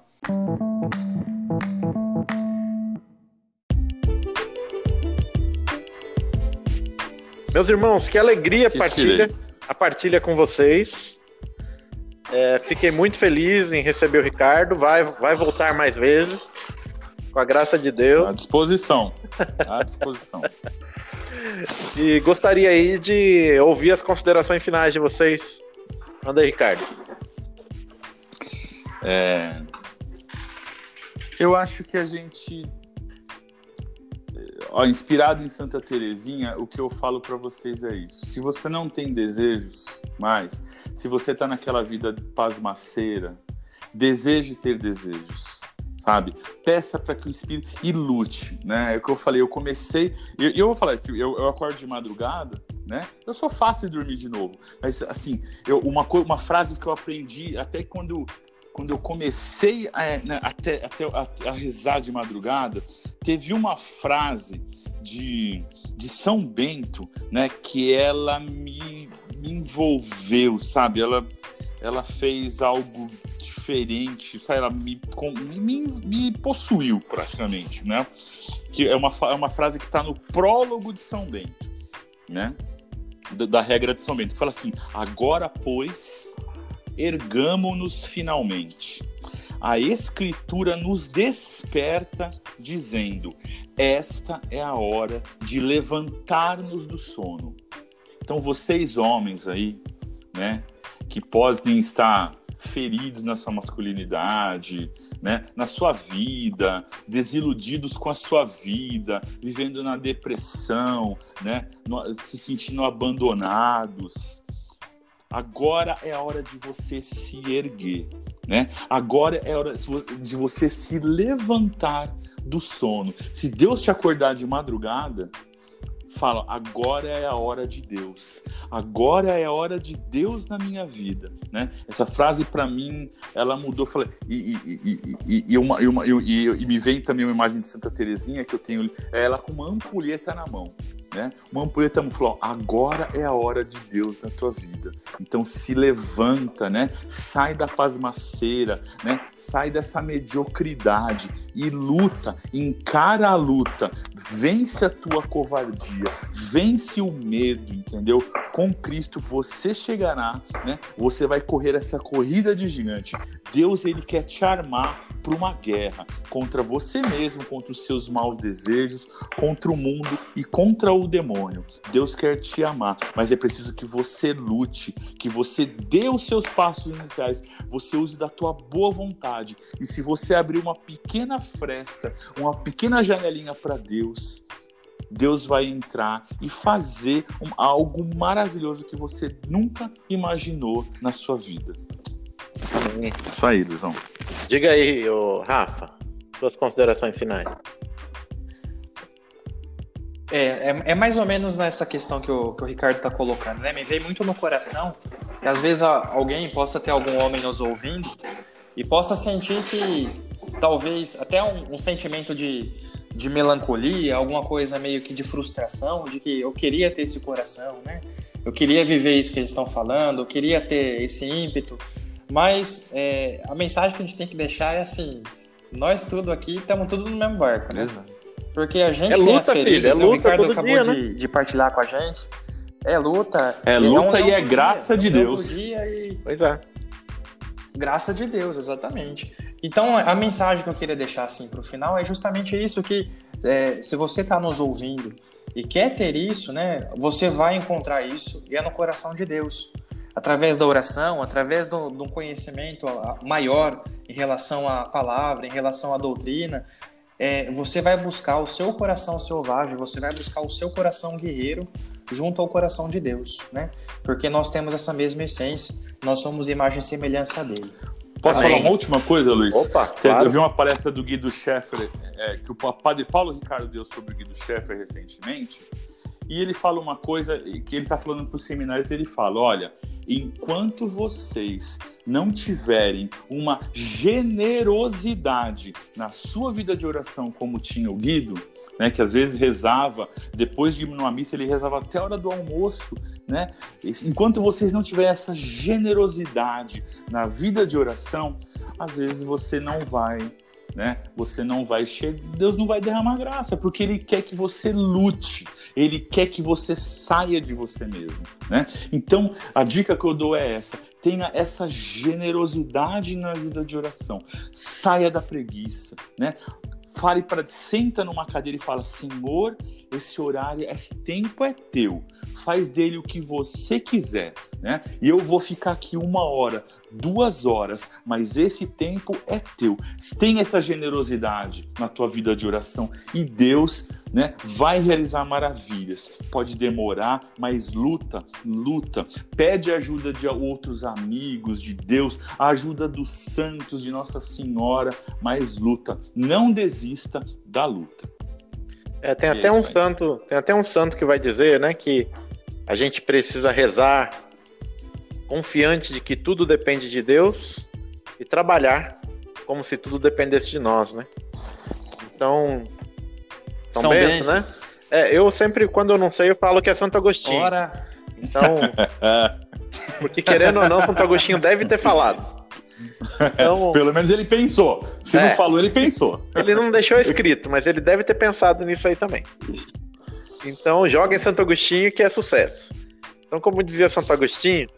Meus irmãos, que alegria a partilha, a partilha com vocês. É, fiquei muito feliz em receber o Ricardo. Vai, vai voltar mais vezes, com a graça de Deus. À disposição. À disposição. E gostaria aí de ouvir as considerações finais de vocês. Manda aí, Ricardo. É... Eu acho que a gente... Ó, inspirado em Santa Teresinha, o que eu falo para vocês é isso. Se você não tem desejos mais, se você tá naquela vida pasmaceira, deseje ter desejos, sabe? Peça para que o Espírito... E lute, né? É o que eu falei, eu comecei... E eu, eu vou falar que eu, eu acordo de madrugada, né? Eu sou fácil de dormir de novo. Mas, assim, eu, uma, co... uma frase que eu aprendi até quando... Quando eu comecei a, né, até, até, a, a rezar de madrugada, teve uma frase de, de São Bento, né, que ela me, me envolveu, sabe? Ela, ela fez algo diferente, sabe? Ela me, me, me possuiu praticamente, né? Que é uma, é uma frase que está no prólogo de São Bento, né? Da, da regra de São Bento, que fala assim: agora, pois... ergamo-nos finalmente. A Escritura nos desperta dizendo: esta é a hora de levantar-nos do sono. Então vocês homens aí, né, que podem estar feridos na sua masculinidade, né, na sua vida, desiludidos com a sua vida, vivendo na depressão, né, no, se sentindo abandonados, agora é a hora de você se erguer, né? Agora é a hora de você se levantar do sono. Se Deus te acordar de madrugada, fala: agora é a hora de Deus. Agora é a hora de Deus na minha vida, né? Essa frase para mim, ela mudou. Falei, e, e, e, e, e, uma, e, uma, e, e me vem também uma imagem de Santa Teresinha que eu tenho, ela com uma ampulheta na mão. Né? Uma ampulheta falou: agora é a hora de Deus na tua vida. Então se levanta, né? Sai da pasmaceira, né? Sai dessa mediocridade e luta, encara a luta, vence a tua covardia, vence o medo, entendeu? Com Cristo você chegará, né? Você vai correr essa corrida de gigante. Deus, ele quer te armar para uma guerra contra você mesmo, contra os seus maus desejos, contra o mundo e contra o demônio. Deus quer te amar, mas é preciso que você lute, que você dê os seus passos iniciais, você use da tua boa vontade. E se você abrir uma pequena fresta, uma pequena janelinha para Deus, Deus vai entrar e fazer um, algo maravilhoso que você nunca imaginou na sua vida. Isso aí, Luizão. Diga aí, ô, Rafa, suas considerações finais. É, é, é mais ou menos nessa questão que o, que o Ricardo está colocando, né? Me veio muito no coração que às vezes alguém possa ter algum homem nos ouvindo e possa sentir que talvez até um, um sentimento de, de melancolia, alguma coisa meio que de frustração, de que eu queria ter esse coração, né? Eu queria viver isso que eles estão falando, eu queria ter esse ímpeto. Mas é, a mensagem que a gente tem que deixar é assim: nós tudo aqui estamos tudo no mesmo barco, né? Exato. Porque a gente é tem luta, as feridas, filho, é luta, o Ricardo todo acabou dia, de, né? de partilhar com a gente. É luta. É luta e é graça de Deus. Dia e... Pois é. Graça de Deus, exatamente. Então a mensagem que eu queria deixar assim para o final é justamente isso, que é, se você está nos ouvindo e quer ter isso, né, você vai encontrar isso, e é no coração de Deus. Através da oração, através de um conhecimento maior em relação à palavra, em relação à doutrina, é, você vai buscar o seu coração selvagem, você vai buscar o seu coração guerreiro junto ao coração de Deus, né? Porque nós temos essa mesma essência, nós somos imagem e semelhança dele. Posso Amém. falar uma última coisa, Luiz? Opa, claro. Eu vi uma palestra do Guido Scheffer, é, que o padre Paulo Ricardo deu sobre o Guido Scheffer recentemente, e ele fala uma coisa que ele está falando para os seminários, ele fala: olha, enquanto vocês não tiverem uma generosidade na sua vida de oração, como tinha o Guido, né, que às vezes rezava, depois de ir numa missa, ele rezava até a hora do almoço, né? Enquanto vocês não tiverem essa generosidade na vida de oração, às vezes você não vai, né? Você não vai chegar, Deus não vai derramar graça, porque Ele quer que você lute, Ele quer que você saia de você mesmo, né? Então, a dica que eu dou é essa: tenha essa generosidade na vida de oração, saia da preguiça, né? Fale para, senta numa cadeira e fala: Senhor, esse horário, esse tempo é teu. Faz dele o que você quiser, né? E eu vou ficar aqui uma hora, duas horas, mas esse tempo é teu. Tenha essa generosidade na tua vida de oração e Deus, né, vai realizar maravilhas. Pode demorar, mas luta, luta. Pede a ajuda de outros amigos, de Deus, a ajuda dos santos, de Nossa Senhora, mas luta. Não desista da luta. É, tem até um santo, tem até um santo que vai dizer, né, que a gente precisa rezar confiante de que tudo depende de Deus e trabalhar como se tudo dependesse de nós, né? Então, São, São Bento, Bento, né? É, eu sempre, quando eu não sei, eu falo que é Santo Agostinho. Ora. Então, porque querendo ou não, Santo Agostinho deve ter falado. Então, pelo menos ele pensou. Se é, não falou, ele pensou. Ele não deixou escrito, mas ele deve ter pensado nisso aí também. Então, joga em Santo Agostinho que é sucesso. Então, como dizia Santo Agostinho,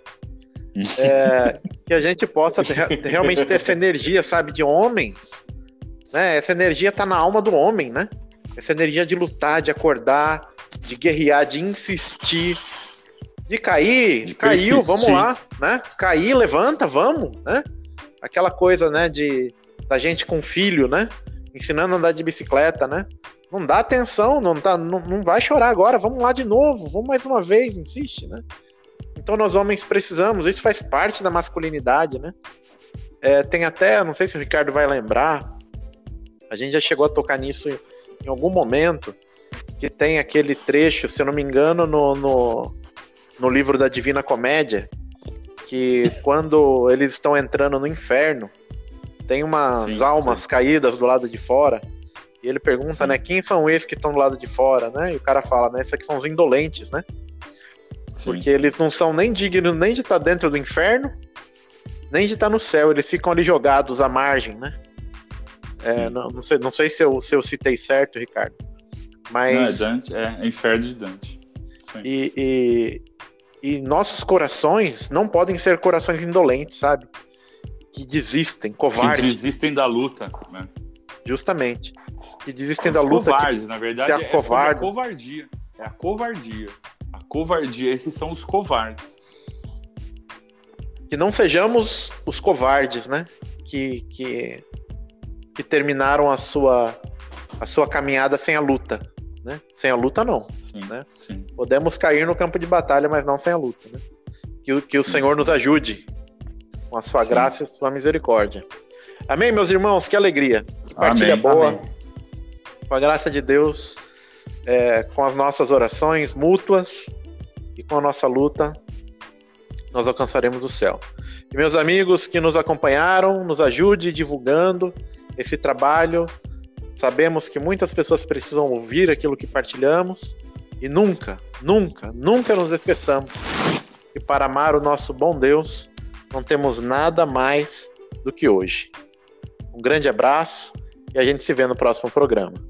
é, que a gente possa ter, realmente ter essa energia, sabe, de homens, né? Essa energia tá na alma do homem, né? Essa energia de lutar, de acordar, de guerrear, de insistir, de cair, de caiu, persistir. Vamos lá, né? Cair, levanta, vamos, né? Aquela coisa, né, de da gente com filho, né? Ensinando a andar de bicicleta, né? Não dá atenção, não, tá, não, não vai chorar agora, vamos lá de novo, vamos mais uma vez, insiste, né? Então nós homens precisamos, isso faz parte da masculinidade, né? É, tem até, não sei se o Ricardo vai lembrar, a gente já chegou a tocar nisso em, em algum momento, que tem aquele trecho, se eu não me engano, no, no, no livro da Divina Comédia, que quando eles estão entrando no inferno, tem umas sim, almas sim. caídas do lado de fora, e ele pergunta, sim. né, quem são esses que estão do lado de fora, né? E o cara fala, né, esses aqui são os indolentes, né? Sim. Porque eles não são nem dignos nem de estar dentro do inferno, nem de estar no céu, eles ficam ali jogados à margem, né? É, não, não, sei, não sei se eu, se eu citei certo, Ricardo, mas... Não, é Dante, é inferno de Dante. Sim. E... e... E nossos corações não podem ser corações indolentes, sabe? Que desistem, covardes. Que desistem da luta, né? Justamente. Que desistem Os da luta. Covardes, que na verdade, é a covardia. É a covardia. A covardia, esses são os covardes. Que não sejamos os covardes, né? Que, que, que terminaram a sua, a sua caminhada sem a luta. Né? Sem a luta, não. Sim, né? sim. Podemos cair no campo de batalha, mas não sem a luta. Né? Que, que o sim, Senhor sim. nos ajude com a sua sim. graça e a sua misericórdia. Amém, meus irmãos? Que alegria. Que partilha Amém. boa. Amém. Com a graça de Deus, é, com as nossas orações mútuas e com a nossa luta, nós alcançaremos o céu. E meus amigos que nos acompanharam, nos ajude divulgando esse trabalho. Sabemos que muitas pessoas precisam ouvir aquilo que partilhamos e nunca, nunca, nunca nos esqueçamos que para amar o nosso bom Deus não temos nada mais do que hoje. Um grande abraço e a gente se vê no próximo programa.